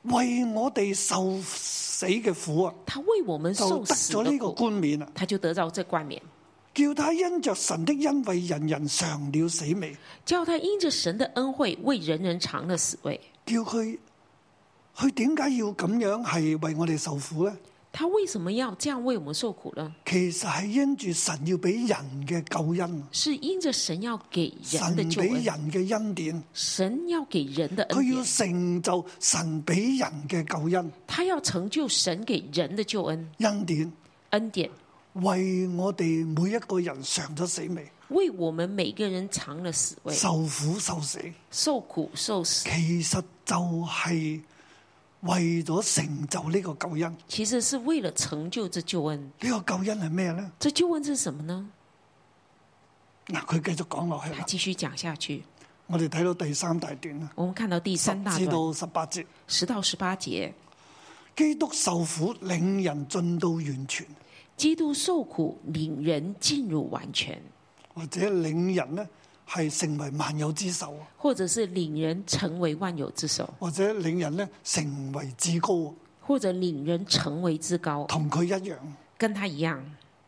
為我哋受死嘅苦啊， 他為我們就得受死咗呢個的苦， 冠冕啊， 他就得到這冠冕， 叫他因着神的恩為人人嘗了死味， 叫他因着神的恩惠為人人嘗了死味。 叫佢佢點解要咁樣係為我哋受苦呢？ 他為什麼要這樣為我們受苦呢？ 其實係因住神要俾人嘅救恩， 是因着神要給人神的救恩， 俾人嘅恩典， 神要給人的恩佢要典， 成就神俾人嘅救恩， 他要成就神給人的救恩恩典恩典， 為我哋每一個人嘗咗死味， 為我們每個人嘗了死味， 受苦受死， 受苦受死， 其實就係為咗成就呢個救恩。 其實是為了成就這救恩。 呢個救恩係咩呢？ 這救恩是什麼呢？ 嗱，佢繼續講落去啦。 他繼續講下去。 我哋睇到第三大段啦， 我們看到第三大段十至到十八節， 十到十八節， 基督受苦，領人進到完全， 基督受苦，領人進入完全， 或者領人呢係成為萬有之首， 或者是領人成為萬有之首， 或者領人呢成為至高， 或者領人成為至高， 同佢一樣。 跟他一樣。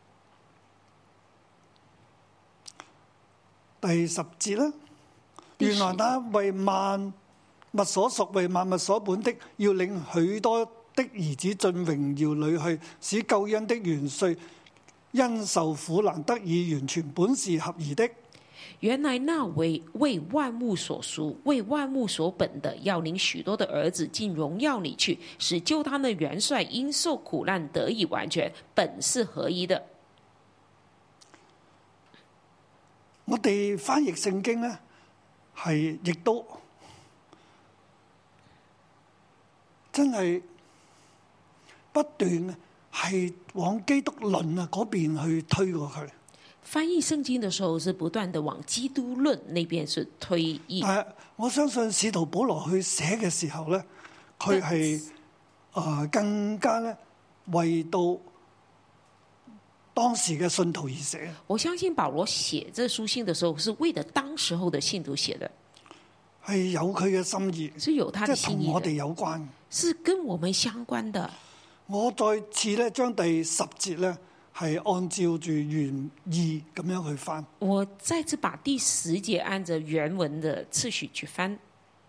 第十節啦，原來那為萬物所屬、為萬物所本的，要領許多的兒子進榮耀裏去，使救恩的元帥因受苦難得以完全，本是合宜的。 原來那為為萬物所屬、為萬物所本的，要領許多的兒子進榮耀裏去，使救他們的元帥因受苦難得以完全，本是合宜的。 我哋翻譯聖經呢，係亦都真係不斷係往基督論啊嗰邊去推過去。 翻譯聖經的時候是不斷的往基督論那邊是推譯。 但係我相信使徒保羅去寫嘅時候咧，佢係誒更加咧為到當時嘅信徒而寫。 我相信保羅寫這書信的時候是為了當時候的信徒寫的， 係有佢嘅心意， 是有他的心意的， 即係同我哋有關， 是跟我們相關的。 我再次咧將第十節咧係按照住原意咁樣去翻。 我再次把第十節按照原文的次序去翻。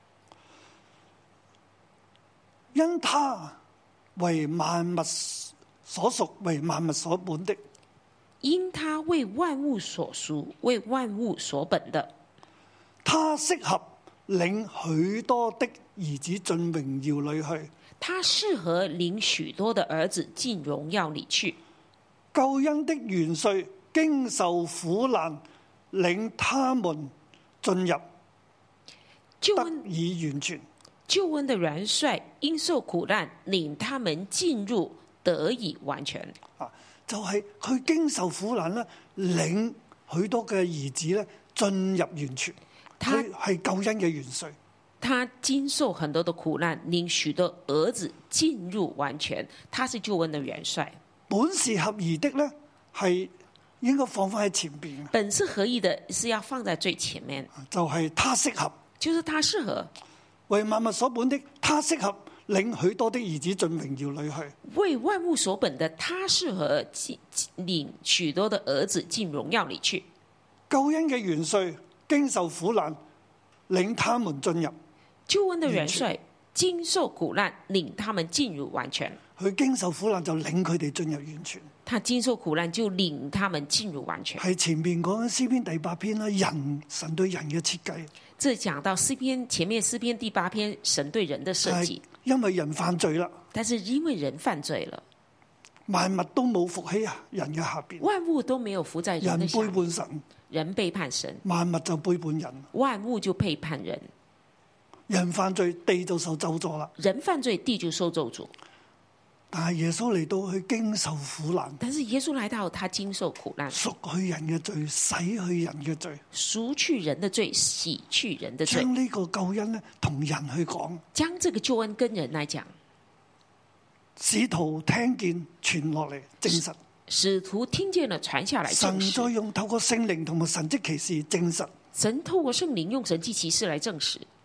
因他為萬物所屬，為萬物所本的。 因他為萬物所屬，為萬物所本的。 他適合領許多的兒子進榮耀裏去。 他適合領許多的兒子進榮耀裏去。 救恩的元帥經受苦難，領他們進入，得以完全。 救恩的元帥因受苦難，領他們進入，得以完全。 啊，就係、是、佢經受苦難咧，領許多嘅兒子咧進入完全。佢係救恩嘅元帥。 他經受很多的苦難，領許多兒子進入完全。他是救恩的元帥。 本是合宜的咧，係應該放翻喺前邊。 本是合宜的，是要放在最前面。 就係、是、他適合， 就是他適合為萬物所本的，他適合領許多的兒子進榮耀裏去。 為萬物所本的，他適合領許多的兒子進榮耀裏去。 救恩嘅元帥經受苦難，領他們進入。 救恩的元帥經受苦難，領他們進入完全。 佢經受苦難就領佢哋進入完全。 他經受苦難就領他們進入完全。 係前面講緊詩篇第八篇啦，人神對人嘅設計。 這講到詩篇前面詩篇第八篇，神對人的設計。 因為人犯罪啦， 但是因為人犯罪了， 萬物都冇伏喺人嘅下邊， 萬物都沒有伏在人的下面。 人背叛神， 人背叛神， 萬物就背叛人， 萬物就背叛人。 人犯罪，地就受咒詛啦。 人犯罪，地就受咒詛。 但係耶穌嚟到去經受苦難， 但是耶穌來到，他經受苦難， 贖去人嘅罪，洗去人嘅罪， 贖去人的罪，洗去人的罪。 將呢個救恩咧同人去講， 將這個救恩跟人來講， 使徒聽見傳落嚟證實， 使徒聽見了傳下來證實。 神再用透過聖靈同埋神蹟奇事證實， 神透過聖靈用神蹟奇事來證實。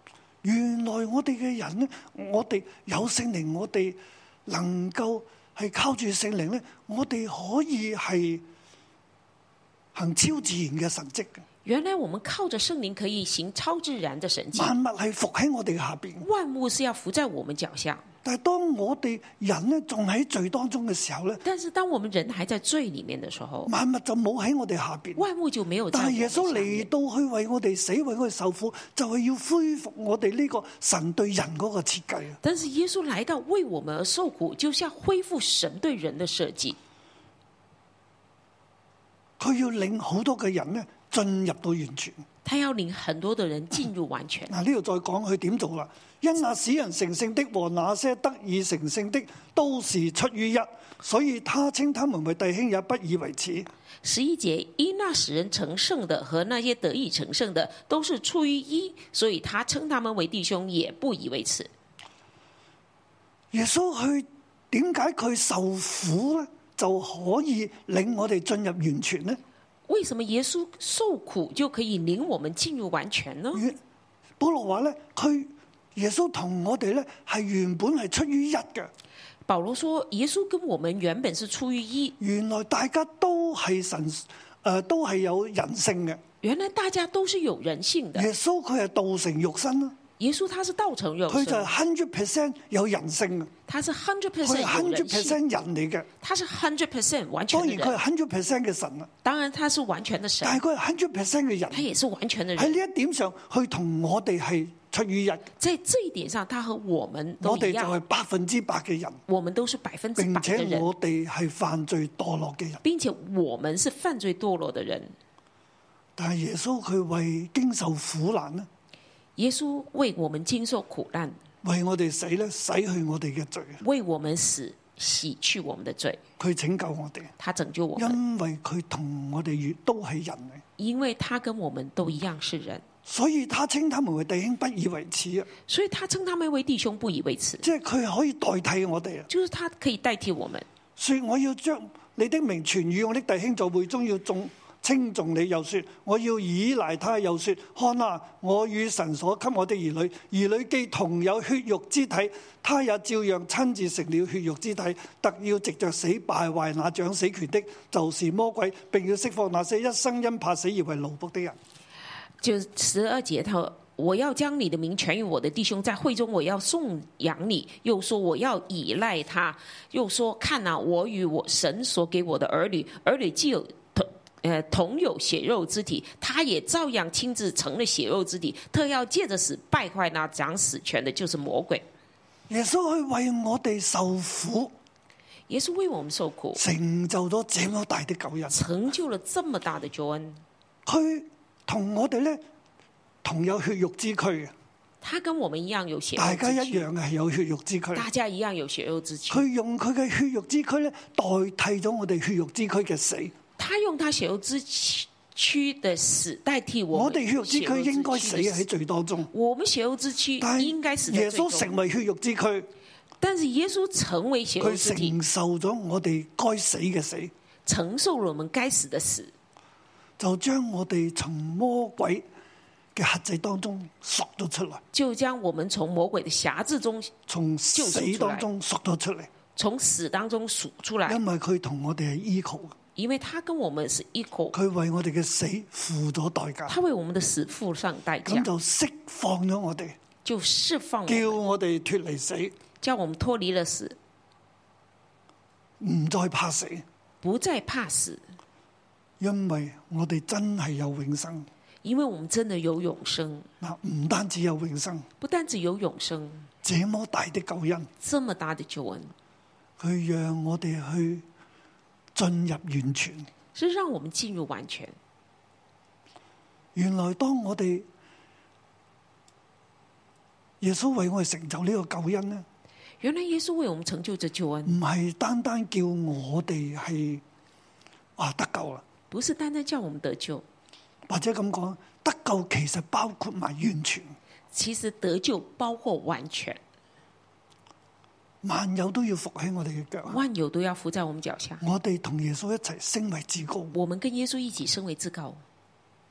原來我哋嘅人咧，我哋有聖靈，我哋能夠係靠住聖靈咧，我哋可以係行超自然嘅神蹟嘅。 原來我們靠着聖靈可以行超自然的神蹟， 萬物係伏喺我哋下邊， 萬物是要伏在我們腳下。 但係當我哋人咧仲喺罪當中嘅時候咧， 但是當我們人還在罪裡面的時候， 萬物就冇喺我哋下邊， 萬物就沒有在我但係耶們下面。 穌嚟到去為我哋死，為我哋受苦，就係要恢復我哋呢個神對人嗰個設計。 但是耶穌來到為我們而受苦，就是要恢復神對人的設計。 佢要領好多嘅人咧進入到完全。 他要領很多的人進入完全。 嗱，呢度再講佢點做啦。因那使人成聖的和那些得以成聖的都是出於一，所以他稱他們為弟兄，也不以為恥。 十一節，因那使人成聖的和那些得以成聖的都是出於一，所以他稱他們為弟兄，也不以為恥。 耶穌去點解佢受苦咧，就可以令我哋進入完全呢？ 為什麼耶穌受苦就可以領我們進入完全呢？ 保羅話咧，佢耶穌同我哋咧係原本係出於一嘅。 保羅說，耶穌跟我們原本是出於一。 原來大家都係神，誒、呃，都係有人性嘅。 原來大家都是有人性的。 耶穌佢係道成肉身啦。 耶穌他是道成肉身， 佢就係 hundred percent 有人性嘅。 他是 hundred 佢 percent 係 hundred percent 人嚟嘅。 他是 hundred percent 完全的人。 當然佢係 hundred percent 嘅神啦。 當然他是完全的神， 但係佢係 hundred percent 嘅人。 他也是完全的人。 喺呢一點上，佢同我哋係出於一。 在這一點上，他和我們都一樣。 我哋就係百分之百嘅人。 我們都是百分之百嘅人。 並且我哋係犯罪墮落嘅人。 並且我們是犯罪墮落的人。 但係耶穌佢為經受苦難呢？ 耶穌為我們經受苦難， 為我哋死咧，洗去我哋嘅罪， 為我們死，洗去我們的罪， 佢拯救我哋， 他拯救我們， 因為佢同我哋越都係人嚟， 因為他跟我們都一樣是人， 所以他稱他們為弟兄，不以為恥啊！ 所以他稱他們為弟兄，不以為恥， 即係佢可以代替我哋啊！ 就是他可以代替我們， 說我要將你的名傳與我的弟兄，在會中要眾。稱頌你，又說我要倚賴他，又說看啊，我與神所給我的兒女，兒女既同有血肉之體，他也照樣親自成了血肉之體，特要藉着死敗壞那掌死權的，就是魔鬼，並要釋放那些一生因怕死而為奴僕的人。 就十二節頭，我要將你的名傳與我的弟兄，在會中我要頌揚你，又說我要倚賴他，又說看啊，我與我神所給我的兒女，兒女既有呃，同有血肉之體，他也照樣親自成了血肉之體，特要借着死敗壞那掌死權的，就是魔鬼。 耶穌去為我哋受苦， 耶穌為我們受苦， 成就咗這麼大的救恩， 成就了這麼大的救恩。 佢同我哋咧同有血肉之軀嘅， 他跟我們一樣有血肉之軀， 大家一樣係有血肉之軀， 大家一樣有血肉之軀。 佢用佢嘅血肉之軀咧代替咗我哋血肉之軀嘅死。 他用他血肉之軀的死代替我們。 我哋血肉之軀應該死喺罪當中。 我們血肉之軀應該死在罪中。 耶穌成為血肉之軀， 但是耶穌成為血肉之體， 佢承受咗我哋該死嘅死， 承受了我們該死的死， 就將我哋從魔鬼嘅轄制當中贖咗出嚟， 就將我們從魔鬼的轄制中， 從死當中贖咗出嚟， 從死當中贖出來。 因為佢同我哋係 equal。 因為他跟我們是 equal， 佢為我哋嘅死付咗代價， 他為我們的死付上代價， 咁就釋放咗我哋， 就釋放， 叫我哋脫離死， 叫我們脫離了死， 唔再怕死， 不再怕死， 因為我哋真係有永生， 因為我們真的有永生。 嗱，唔單止有永生， 不單止有永生， 這麼大的救恩， 這麼大的救恩， 佢讓我哋去進入完全， 是讓我們進入完全。 原來當我哋耶穌為我哋成就呢個救恩呢， 原來耶穌為我們成就這救恩， 唔係單單叫我哋係啊得救啦， 不是單單叫我們得救， 或者咁講，得救其實包括埋完全。 其實得救包括完全。 萬有都要伏喺我哋嘅腳下， 萬有都要伏在我們腳下。 我哋同耶穌一齊升為至高， 我們跟耶穌一起升為至高。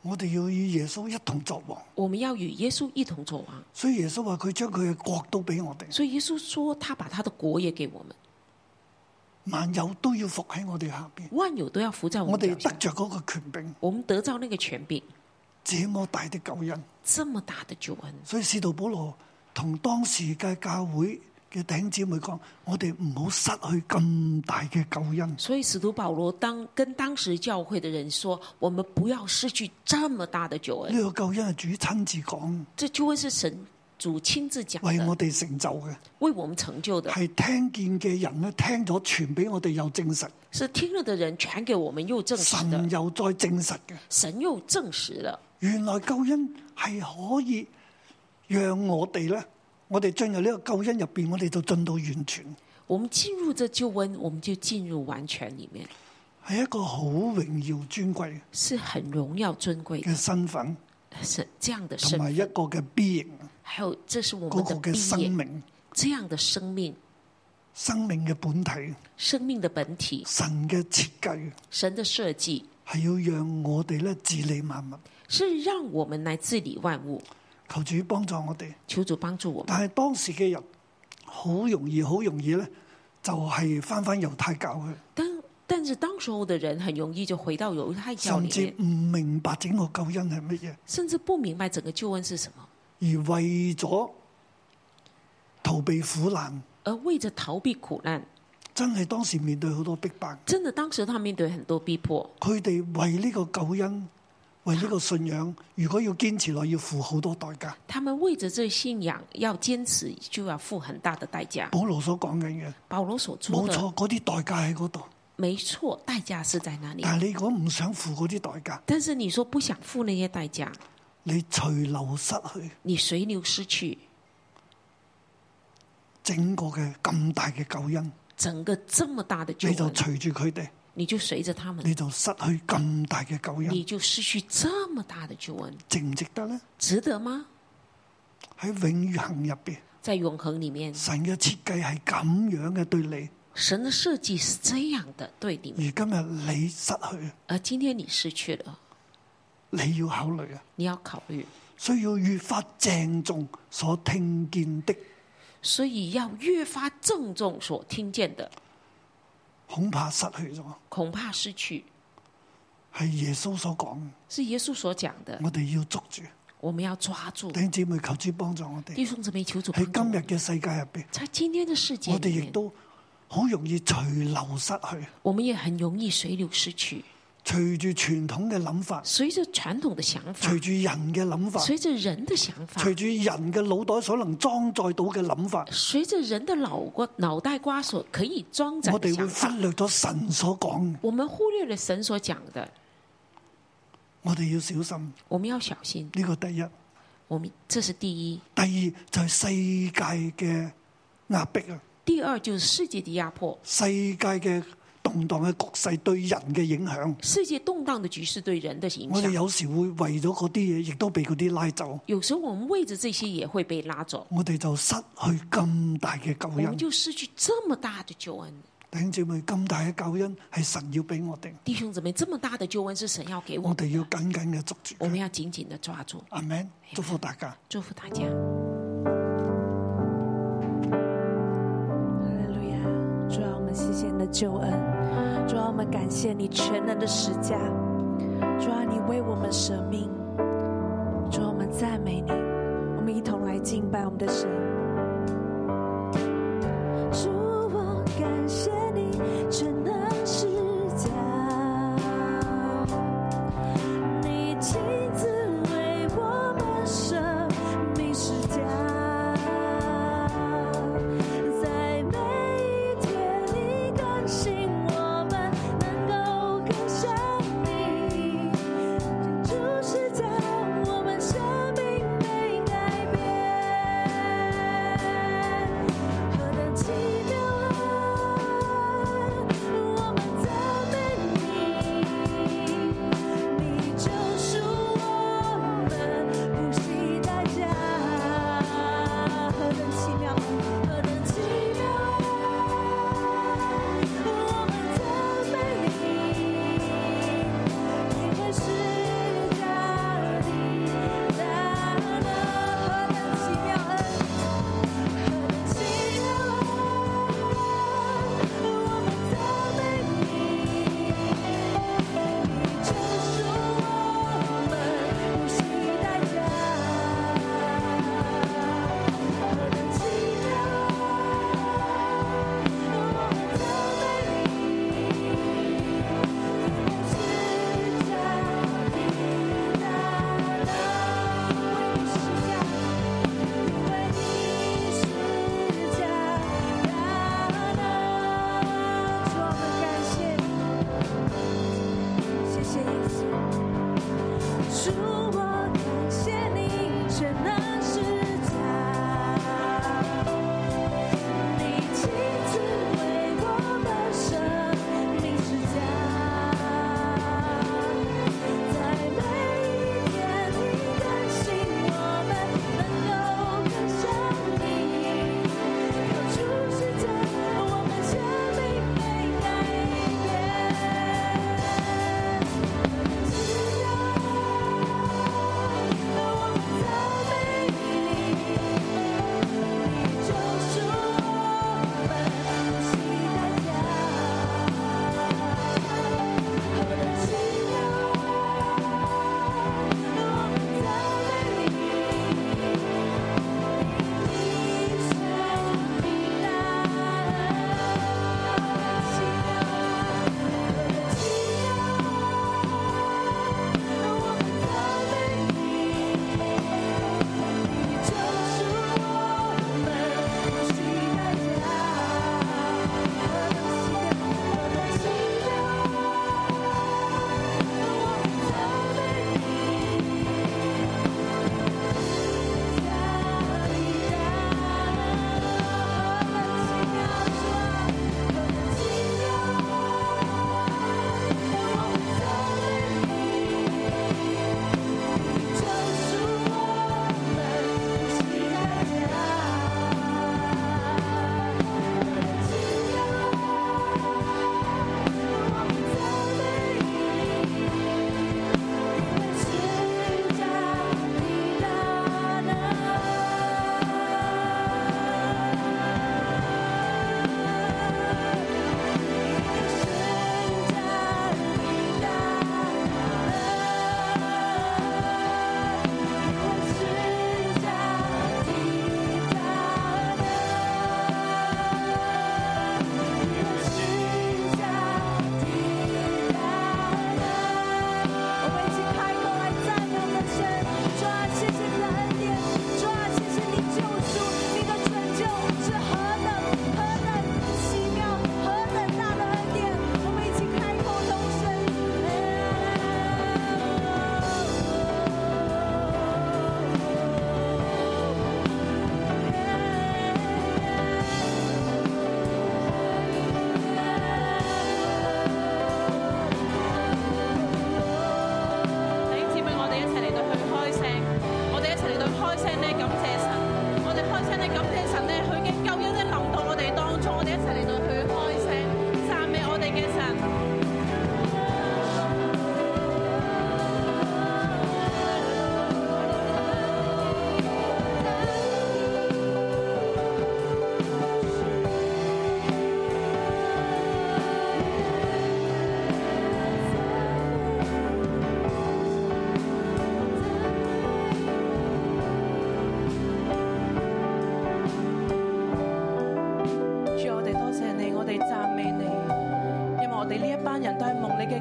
我哋要與耶穌一同作王。 我們要與耶穌一同作王。 所以耶穌話佢將佢嘅國都俾我哋。 所以耶穌說他把他的國也給我們， 萬有都要服喺我哋下邊， 萬有都要服在我我哋們腳下。 得着嗰個權柄， 我們得到那個權柄， 這麼大的救恩， 這麼大的救恩。 所以使徒保羅同當時嘅教會嘅弟兄姊妹講，我哋唔好失去咁大嘅救恩。 所以使徒保羅當跟當時教會的人說，我們不要失去這麼大的救恩。 呢個救恩係主親自講， 這救恩是神主親自講的， 為我哋成就嘅， 為我們成就的， 係聽見嘅人咧聽咗傳俾我哋又證實， 是聽了的人傳給我們又證實的， 神又再證實嘅。 神又證實了， 原來救恩係可以讓我哋咧，我哋進入呢個救恩入邊，我哋就進到完全。 我們進入這救恩，我們就進入完全裏面， 係一個好榮耀尊貴是很榮耀尊貴嘅身份， 是這樣的同身份， 埋一個嘅 being， 還有這是我們的嗰個嘅生命， 這樣的生命， 生命嘅本體， 生命的本體， 神嘅設計， 神的設計係要讓我哋咧治理萬物， 是讓我們來治理萬物。 求主幫助我哋。 求主幫助我們。 但係當時嘅人好容易，好容易咧，就係翻翻猶太教去， 但但是當時候的人很容易就回到猶太教裏面， 甚至唔明白整個救恩係乜嘢， 甚至不明白整個救恩是什麼， 而為咗逃避苦難， 而為着逃避苦難， 真係當時面對好多逼迫。 真的當時他面對很多逼迫， 佢哋為呢個救恩，為呢個信仰，如果要堅持落，要付好多代價。 他們為着這信仰要堅持，就要付很大的代價。 保羅所講嘅嘢， 保羅所說的冇錯，嗰啲代價喺嗰度。 沒錯，代價是在那裡。 但係你如果唔想付嗰啲代價， 但是你說不想付那些代價， 你隨流失去， 你隨流失去整個嘅咁大嘅救恩， 整個這麼大的救恩， 你就隨住佢哋， 你就隨着他們， 你就失去咁大嘅救恩， 你就失去這麼大的救恩， 值唔值得呢？ 值得嗎？ 喺永恆入邊， 在永恆裡面， 神嘅設計係咁樣嘅對你， 神的設計是這樣的對你們， 而今日你失去， 而今天你失去了， 你要考慮啊， 你要考慮， 需要越發鄭重所聽見的， 所以要越發鄭重所聽見的， 恐怕失去咗， 恐怕失去， 係耶穌所講， 是耶穌所講的， 我哋要捉住。 我們要抓住。 弟兄姊妹，求主幫助我哋。 弟兄姊妹，求主喺幫助我們。 今日嘅世界入邊， 在今天的世界我哋裡面， 亦都好容易隨流失去， 我們也很容易隨流失去， 隨住傳統嘅諗法， 隨着傳統的想法， 隨住人嘅諗法， 隨着人的想法， 隨住人嘅腦袋所能裝載到嘅諗法， 隨着人的腦瓜腦袋瓜所可以裝載我哋會的想法， 忽略咗神所講嘅。 我們忽略了神所講的， 我哋要小心， 我們要小心。 呢個第一。 我們這是第一。 第二就係世界嘅壓迫啊， 第二就是世界的壓迫， 世界嘅動盪嘅局勢對人嘅影響。 世界動盪的局勢對人的影響。 我哋有時會為咗嗰啲嘢，亦都被嗰啲拉走。 有時候我們為着這些也會被拉走， 我哋就失去咁大嘅救我們恩。 就失去這麼大的救恩。 弟兄姊妹，咁大嘅救恩係神要俾我哋， 弟兄姊妹，這麼大的救恩是神要給我們的， 我哋要緊緊嘅捉住佢。 我們要緊緊的抓住。 阿門！祝福大家。 祝福大家。 哈利路亞！主啊，我們謝謝你的救恩，主啊，我們感謝你全能的十架，主啊，你為我們捨命，主啊，我們讚美你，我們一同來敬拜我們的神。主，我感謝你全能十架，你親自為我們捨命十架，在每一天你更新我們，能夠更像你，天主十架，我們生命被改變。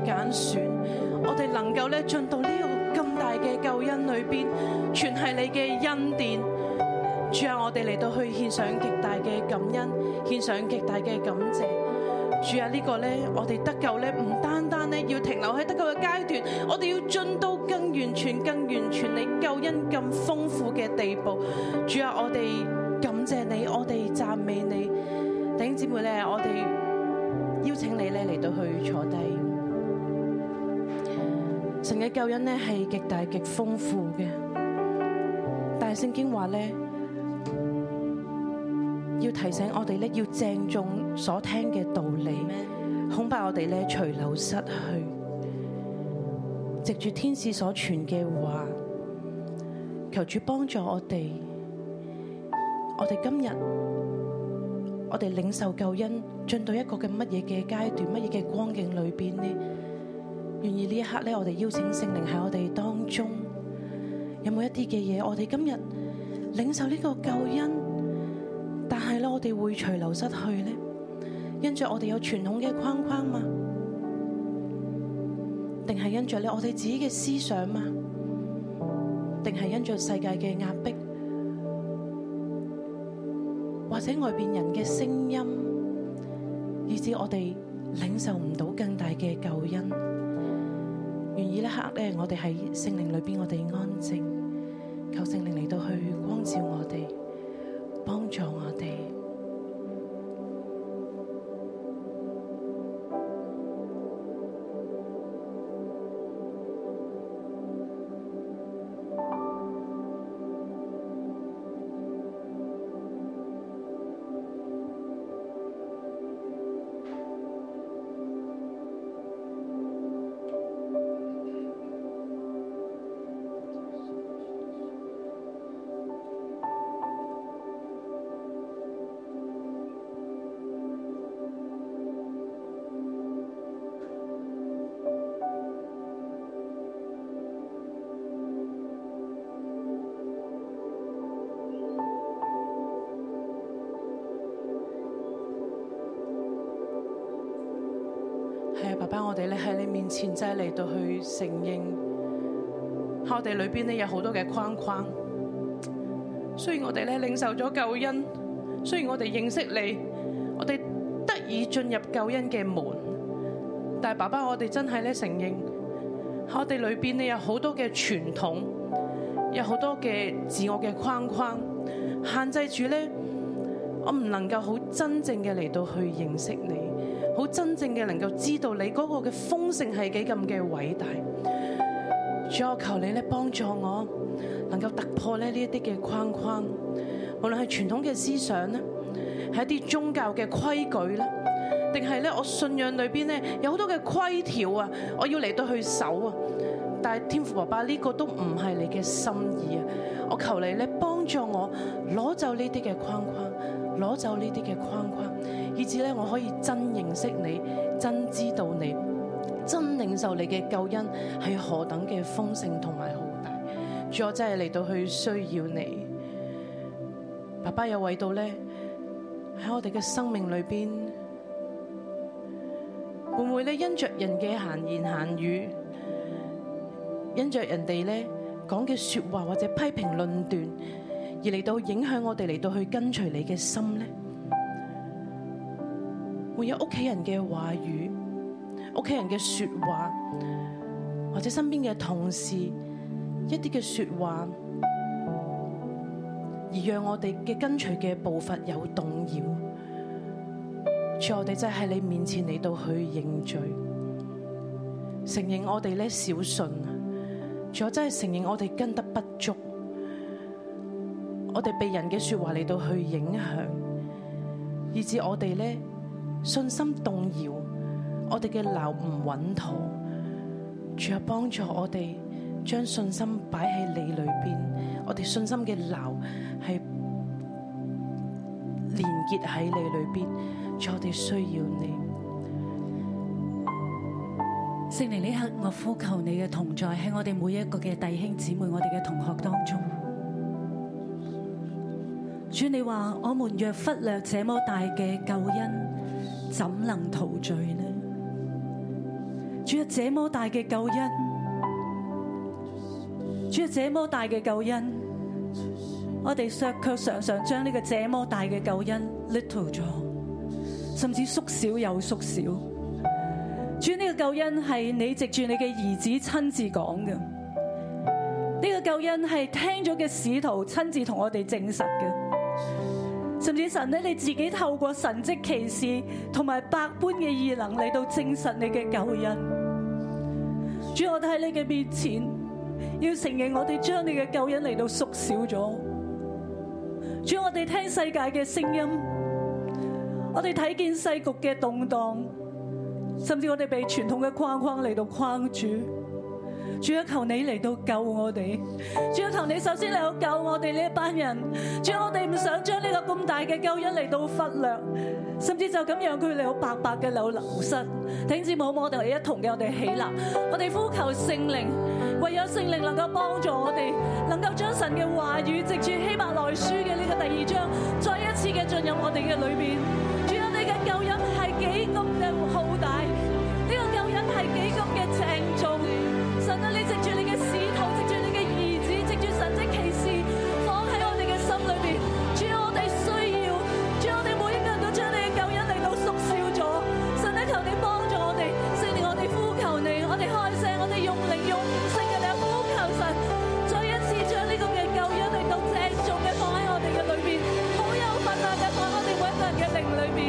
嘅揀選，我哋能夠咧進到呢個咁大嘅救恩裏邊，全係你嘅恩典。主啊，我哋嚟到去獻上極大嘅感恩，獻上極大嘅感謝。主啊，呢個咧，我哋得救咧，唔單單咧要停留喺得救嘅階段，我哋要進到更完全、更完全你救恩咁豐富嘅地步。主啊，我哋感謝你，我哋讚美你。弟兄姊妹咧，我哋邀請你咧嚟到去坐低。神嘅救恩咧係極大極豐富嘅，但係聖經話咧，要提醒我哋咧，要鄭重所聽嘅道理，恐怕我哋咧隨流失去。藉住天使所傳嘅話，求主幫助我哋。我哋今日，我哋領受救恩，進到一個嘅乜嘢嘅階段，乜嘢嘅光景裏邊呢？願意呢一刻咧，我哋邀請聖靈喺我哋當中，有冇一啲嘅嘢，我哋今日領受呢個救恩？但係咧，我哋會隨流失去咧，因着我哋有傳統嘅框框嘛，定係因着咧我哋自己嘅思想嘛，定係因着世界嘅壓迫，或者外邊人嘅聲音，以致我哋領受唔到更大嘅救恩。願意呢刻咧，我哋喺聖靈裏邊，我哋安靜，求聖靈嚟到去光照我哋，幫助我哋。係啊，爸爸，我哋咧喺你面前真係嚟到去承認，喺我哋裏邊咧有好多嘅框框。雖然我哋咧領受咗救恩，雖然我哋認識你，我哋得以進入救恩嘅門，但係爸爸，我哋真係咧承認，喺我哋裏邊咧有好多嘅傳統，有好多嘅自我嘅框框，限制住咧我唔能夠好真正嘅嚟到去認識你。好真正嘅能夠知道你嗰個嘅豐盛係幾咁嘅偉大。主，我求你咧幫助我，能夠突破咧呢一啲嘅框框，無論係傳統嘅思想咧，係一啲宗教嘅規矩咧，定係咧我信仰裏邊咧有好多嘅規條啊，我要嚟到去守啊。但係天父爸爸，呢個都唔係你嘅心意啊！我求你咧幫助我攞走呢啲嘅框框，攞走呢啲嘅框框，以至咧我可以真認識你，真知道你，真領受你嘅救恩係何等嘅豐盛同埋浩大。主，我真係嚟到去需要你，爸爸有為到咧喺我哋嘅生命裏邊，會唔會咧因着人嘅閒言閒語，因着人哋咧講嘅說話或者批評論斷，而嚟到影響我哋嚟到去跟隨你嘅心咧？會有屋企人嘅話語、屋企人嘅說話，或者身邊嘅同事一啲嘅說話，而讓我哋嘅跟隨嘅步伐有動搖。主，我哋真係喺你面前嚟到去認罪，承認我哋咧小信。主，我真係承認我哋跟得不足，我哋被人嘅說話嚟到去影響，以致我哋咧信心動搖，我哋嘅錨唔穩妥。主啊，幫助我哋將信心擺喺你裏邊，我哋信心嘅錨係連結喺你裏邊。主，我哋需要你。 聖靈，呢刻我呼求你嘅同在喺我哋每一個嘅弟兄姊妹、我哋嘅同學當中。主，你話我們若忽略這麼大嘅救恩，怎能逃罪呢？ 主啊，這麼大嘅救恩，主啊，這麼大嘅救恩，我哋卻卻常常將呢個這麼大嘅救恩 little 咗，甚至縮小又縮小。主，呢個救恩係你藉住你嘅兒子親自講嘅，呢個救恩係聽咗嘅使徒親自同我哋證實嘅。甚至神咧，你自己透過神蹟奇事同埋百般嘅異能嚟到證實你嘅救恩。主，我哋喺你嘅面前，要承認我哋將你嘅救恩嚟到縮小咗。主，我哋聽世界嘅聲音，我哋睇見世局嘅動盪，甚至我哋被傳統嘅框框嚟到框住。主啊，求你嚟到救我哋。主啊，求你首先嚟到救我哋呢一班人。主啊，我哋唔想將呢個咁大嘅救恩嚟到忽略，甚至就咁讓佢嚟到白白嘅流流失。弟兄姊妹，我哋一同嘅我哋起立，我哋呼求聖靈，唯有聖靈能夠幫助我哋，能夠將神嘅話語藉住希伯來書嘅呢個第二章，再一次嘅進入我哋嘅裏邊。主啊，你嘅救恩係幾咁嘅浩大，呢個救恩係幾咁嘅鄭重。神啊，你藉住你嘅使徒，藉住你嘅兒子，藉住神蹟奇事，放喺我哋嘅心裏邊。主啊，我哋需要，主啊，我哋每一個人都將你嘅救恩嚟到縮小咗。神啊，求你幫助我哋，聖靈，我哋呼求你，我哋開聲，我哋用靈用悟性嘅嚟呼求神，再一次將呢個嘅救恩嚟到鄭重嘅放喺我哋嘅裏邊，好有份量嘅放喺我哋每一個人嘅靈裏邊。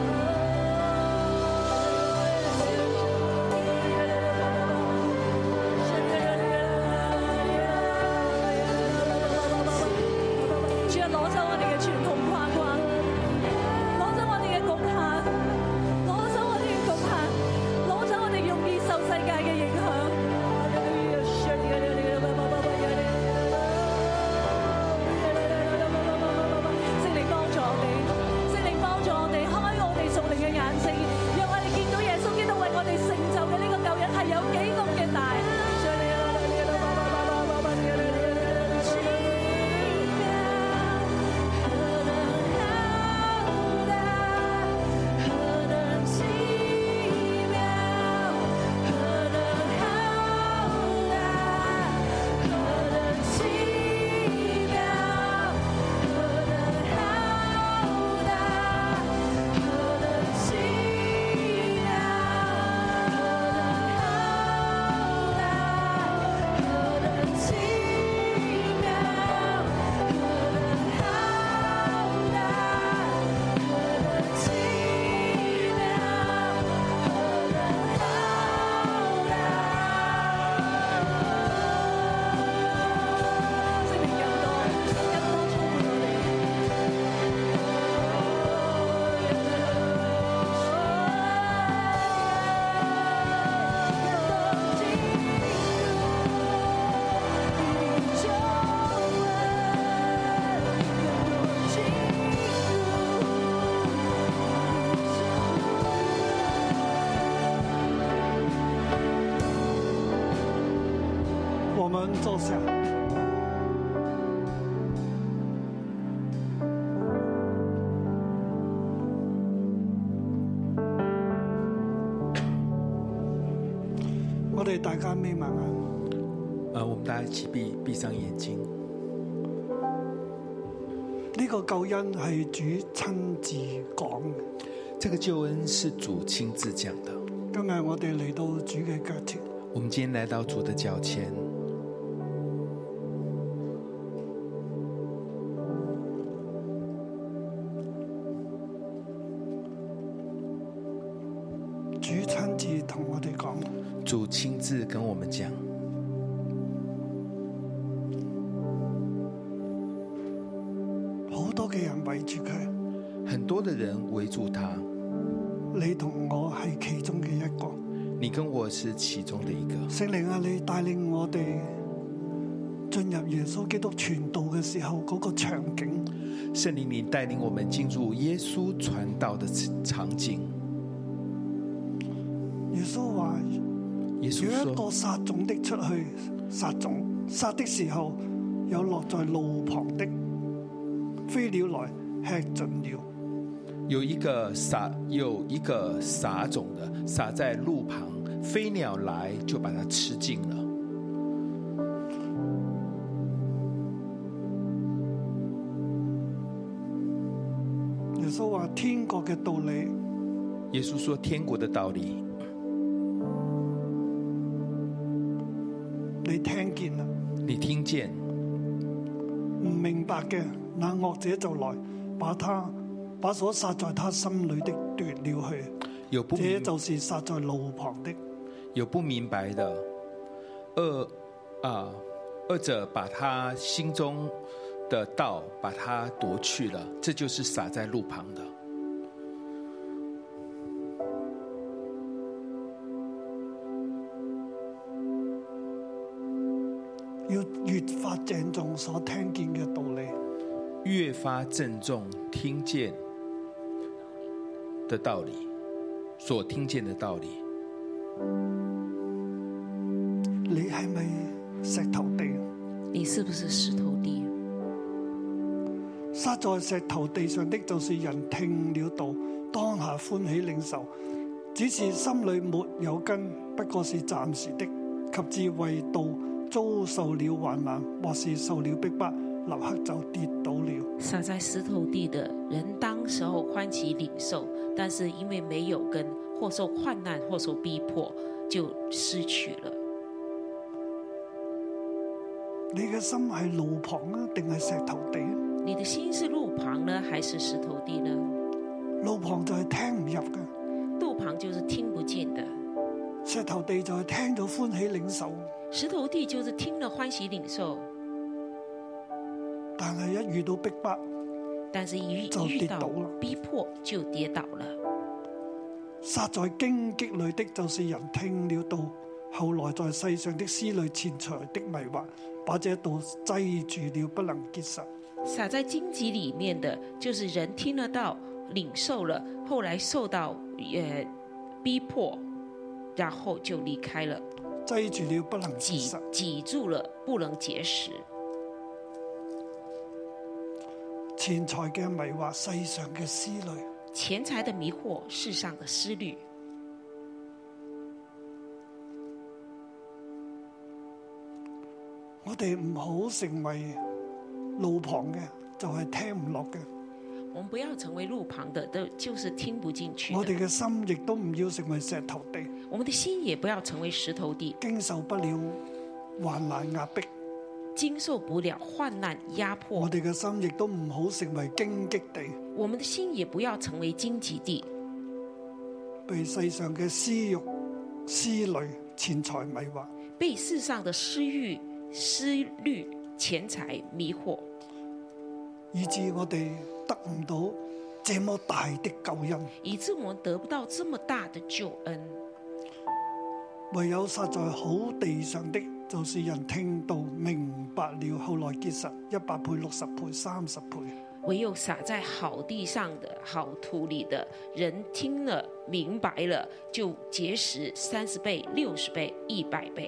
坐下。我哋大家眯埋眼。 呃，我們大家一起閉閉上眼睛。 呢個救恩係主親自講嘅。 這個救恩是主親自講的。 今日我哋嚟到主嘅腳前。 我們今天來到主的腳前。 主親自同我哋講。 主親自跟我們講。 好多嘅人圍住佢。 很多的人圍住他。 你同我係其中嘅一個。 你跟我是其中的一個。 聖靈啊，你帶領我哋進入耶穌基督傳道嘅時候嗰個場景。 聖靈，你帶領我們進入耶穌傳道的場景。 耶穌話： 耶穌說， 有一個撒種的出去撒種，撒的時候有落在路旁的，飛鳥來吃盡了。 有一個撒有一個撒種的撒在路旁， 飛鳥來就把它吃盡了。 耶穌話天國嘅道理， 耶穌說天國的道理， 你聽見啦， 你聽見， 唔明白嘅那惡者就來，把他把所撒在他心裏的奪了去。 有不明這就是撒在路旁的。 有不明白的，惡啊，惡者把他心中的道把它奪去了，這就是撒在路旁的。 要越發鄭重所聽見嘅道理， 越發鄭重聽見的道理，所聽見的道理。 你係咪石頭地？ 你是不是石頭地？ 撒在石頭地上的，就是人聽了道，當下歡喜領受，只是心裏沒有根，不過是暫時的，及至為道遭受了患難，或是受了逼迫，立刻就跌倒了。 撒在石頭地的人，當時候歡喜領受，但是因為沒有根，或受患難，或受逼迫，就失去了。 你嘅心係路旁啊，定係石頭地？ 你的心是路旁呢，還是石頭地呢？ 路旁就係聽唔入嘅， 路旁就是聽不進的。 石頭地就係聽咗歡喜領受， 石頭地就是聽了歡喜領受， 但係一遇到逼迫， 但是一就遇到跌倒了。 逼迫就跌倒了。 撒在荊棘裏的，就是人聽了道，後來在世上的思慮錢財的迷惑，把這道擠住了，不能結實。 撒在荊棘裡面的，就是人聽了道，領受了，後來受到呃逼迫，然後就離開了， 擠住了，不能結實。 擠住了，不能結實。 錢財嘅迷惑，世上嘅思慮。 錢財的迷惑，世上的思慮。 我哋唔好成為路旁嘅，就係聽唔落嘅。 我們不要成為路旁的，都就是聽不進去的。 我哋嘅心亦都唔要成為石頭地， 我們的心也不要成為石頭地， 經受不了患難壓迫。 經受不了患難壓迫。 我哋嘅心亦都唔好成為荊棘地， 我們的心也不要成為荊棘地， 被世上嘅私欲、思慮、錢財迷惑， 被世上的私欲、思慮、錢財迷惑， 以致我哋得唔到這麼大的救恩。 以致我們得不到這麼大的救恩。 唯有撒在好地上的，就是人聽到明白了，後來結實一百倍、六十倍、三十倍。 唯有撒在好地上的好土裏的人聽了明白了，就結實三十倍、六十倍、一百倍。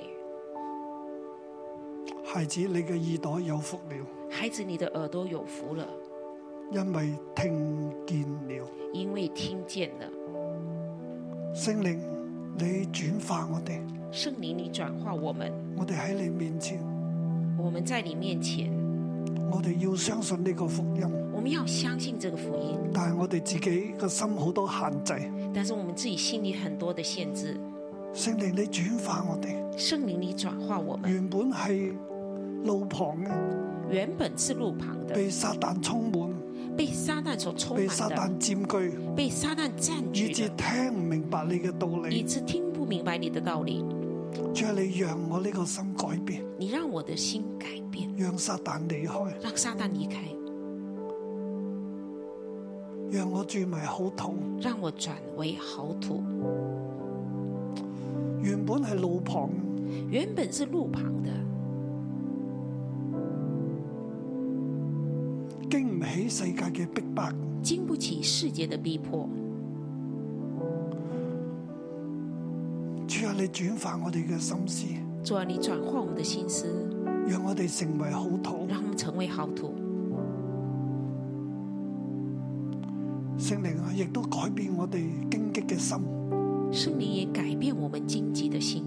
孩子，你嘅耳朵有福了， 孩子，你的耳朵有福了， 因為聽見了。 因為聽見了。 聖靈，你轉化我哋， 聖靈，你轉化我們， 我哋喺你面前， 我們在你面前， 我哋要相信呢個福音， 我們要相信這個福音。 但係我哋自己個心好多限制。 但是我們自己心裏很多的限制。 聖靈，你轉化我哋， 聖靈，你轉化我們。 原本係路旁嘅， 原本是路旁的， 被撒旦充滿， 被撒旦所充被滿的， 撒旦佔據， 被撒旦佔據以致的， 聽唔明白你嘅道理。 以致聽不明白你的道理。 主啊，你讓我呢個心改變， 你讓我的心改變， 讓撒旦離開， 讓撒旦離開， 讓我轉為好土。 讓我轉為好土。 原本係路旁， 原本是路旁的， 經唔起世界嘅逼迫， 經不起世界的逼迫。 主啊，你轉化我哋嘅心思， 主啊，你轉化我們的心思， 讓我哋成為好土。 讓我們成為好土。 聖靈啊，亦都改變我哋荊棘嘅心。 圣灵也改变我们荆棘的心，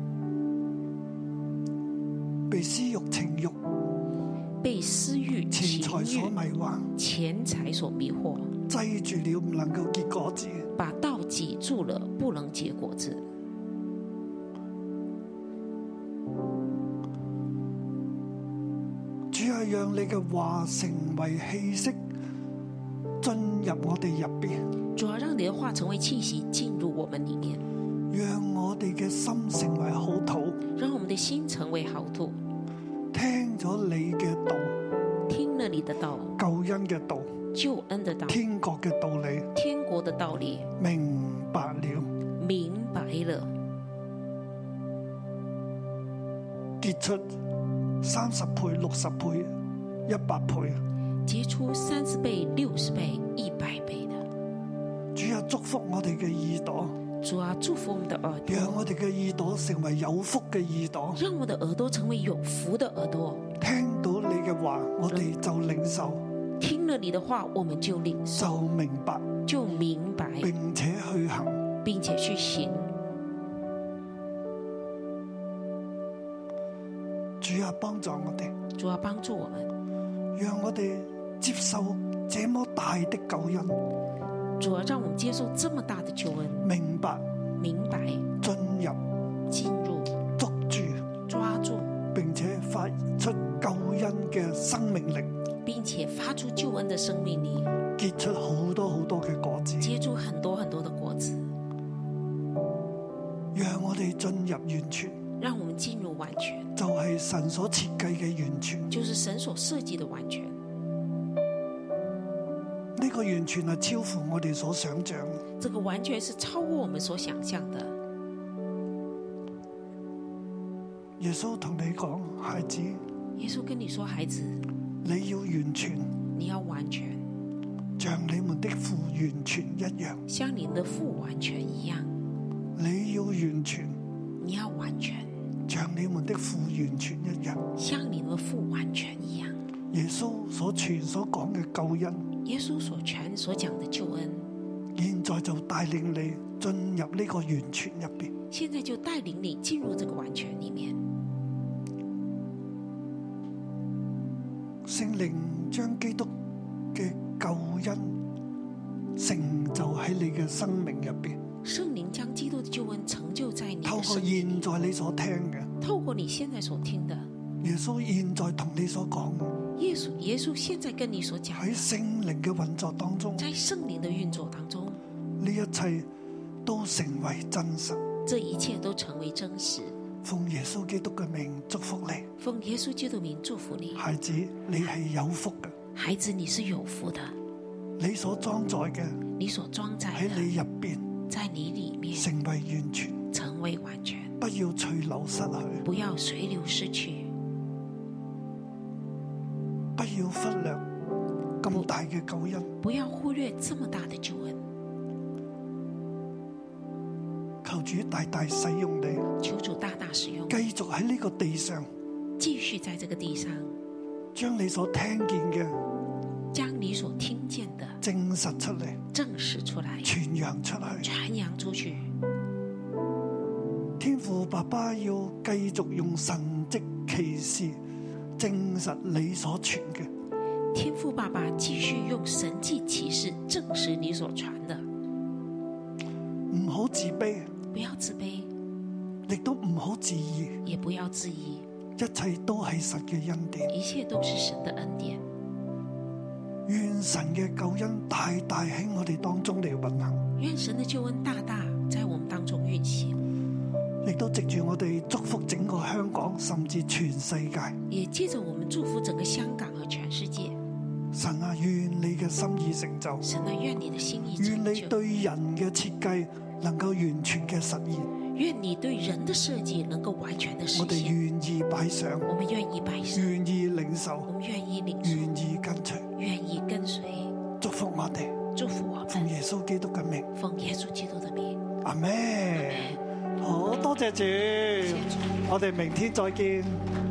被私欲情欲、 被私欲、 錢財所迷惑， 錢財所迷惑， 擠住了唔能夠結果子。 把道擠住了，不能結果子。 主啊，讓你嘅話成為氣息，進入我哋入邊。 主要讓你的話成為氣息，進入我們裡面， 讓我哋嘅心成為好土， 讓我們的心成為好土。 聽咗你嘅道， 聽了你的道， 救恩嘅道， 救恩的道， 天國嘅道理， 天國的道理， 明白了， 明白了， 結出三十倍、六十倍、一百倍。 結出三十倍、六十倍、一百倍的。 主啊，祝福我哋嘅耳朵。 主啊，祝福我們的耳朵， 讓我哋嘅耳朵成為有福嘅耳朵。 讓我們的耳朵成為有福的耳朵。 聽到你嘅話，我哋就領受。 聽了你的話，我們就領受， 就明白， 就明白， 並且去行， 並且去行。 主啊，幫助我哋。 主啊，幫助我們， 讓我哋接受這麼大的救恩。 主啊，讓我們接受這麼大的救恩， 明白， 明白， 進入， 進入， 捉住， 抓住， 並且發出救恩嘅生命力， 並且發出救恩的生命力， 結出好多好多嘅果子， 結出很多很多的果子， 讓我哋進入完全， 讓我們進入完全， 就係神所設計嘅完全， 就是神所設計的完全。 呢個完全係超乎我哋所想象。 這個完全是超過我們所想象的。 耶穌同你講，孩子， 耶穌跟你說，孩子， 你要完全， 你要完全， 像你們的父完全一樣。 像你的父完全一樣。 你要完全， 你要完全， 像你們的父完全一樣。 像你們的父完全一樣。 耶穌所傳所講嘅救恩， 耶穌所傳所講的救恩， 現在就帶領你進入呢個完全入邊。 現在就帶領你進入這個完全裡面。 聖靈將基督嘅救恩成就喺你嘅生命入邊。 聖靈將基督的救恩成就在你的透過生命裡。 現在你所聽嘅， 透過你現在所聽的， 耶穌現在同你所講嘅， 耶穌耶穌現在跟你所講的， 喺聖靈嘅運作當中， 在聖靈的運作當中， 呢一切都成為真實。 這一切都成為真實。 奉耶穌基督嘅名祝福你， 奉耶穌基督名祝福你， 孩子，你係有福嘅。 孩子，你是有福的。 你所裝載嘅你所裝載喺的你入邊在你裡面成為完全， 成為完全， 不要隨流失去， 不要隨流失去， 不要忽略咁大嘅救恩。 不要忽略這麼大的救恩。 求主大大使用你， 求主大大使用， 繼續喺呢個地上， 繼續在這個地上， 將你所聽見嘅將你所聽見的證實出嚟， 證實出來， 傳揚出去。 傳揚出去。 天父爸爸要繼續用神蹟奇事證實你所傳嘅。 天父爸爸繼續用神蹟奇事證實你所傳的。 唔好自卑， 不要自卑， 亦都唔好自義， 也不要自疑， 一切都係神嘅恩典。 一切都是神的恩典。 願神嘅救恩大大喺我哋當中嚟運行， 願神的救恩大大在我們當中運行， 亦都藉住我哋祝福整個香港，甚至全世界。 也借着我們祝福整個香港和全世界。 神啊，願你嘅心意成就。 神啊，願你的心意願你成就。 對人嘅設計能夠完全嘅實現。 願你對人的設計能夠完全的實現。 我哋願意擺上， 我們願意擺上， 願意領受， 我們願意領受， 願意跟隨， 願意跟隨。 祝福我哋， 祝福我們， 奉耶穌基督嘅名， 奉耶穌基督的名。 阿們。好多謝主， 謝謝主。 我哋明天再見。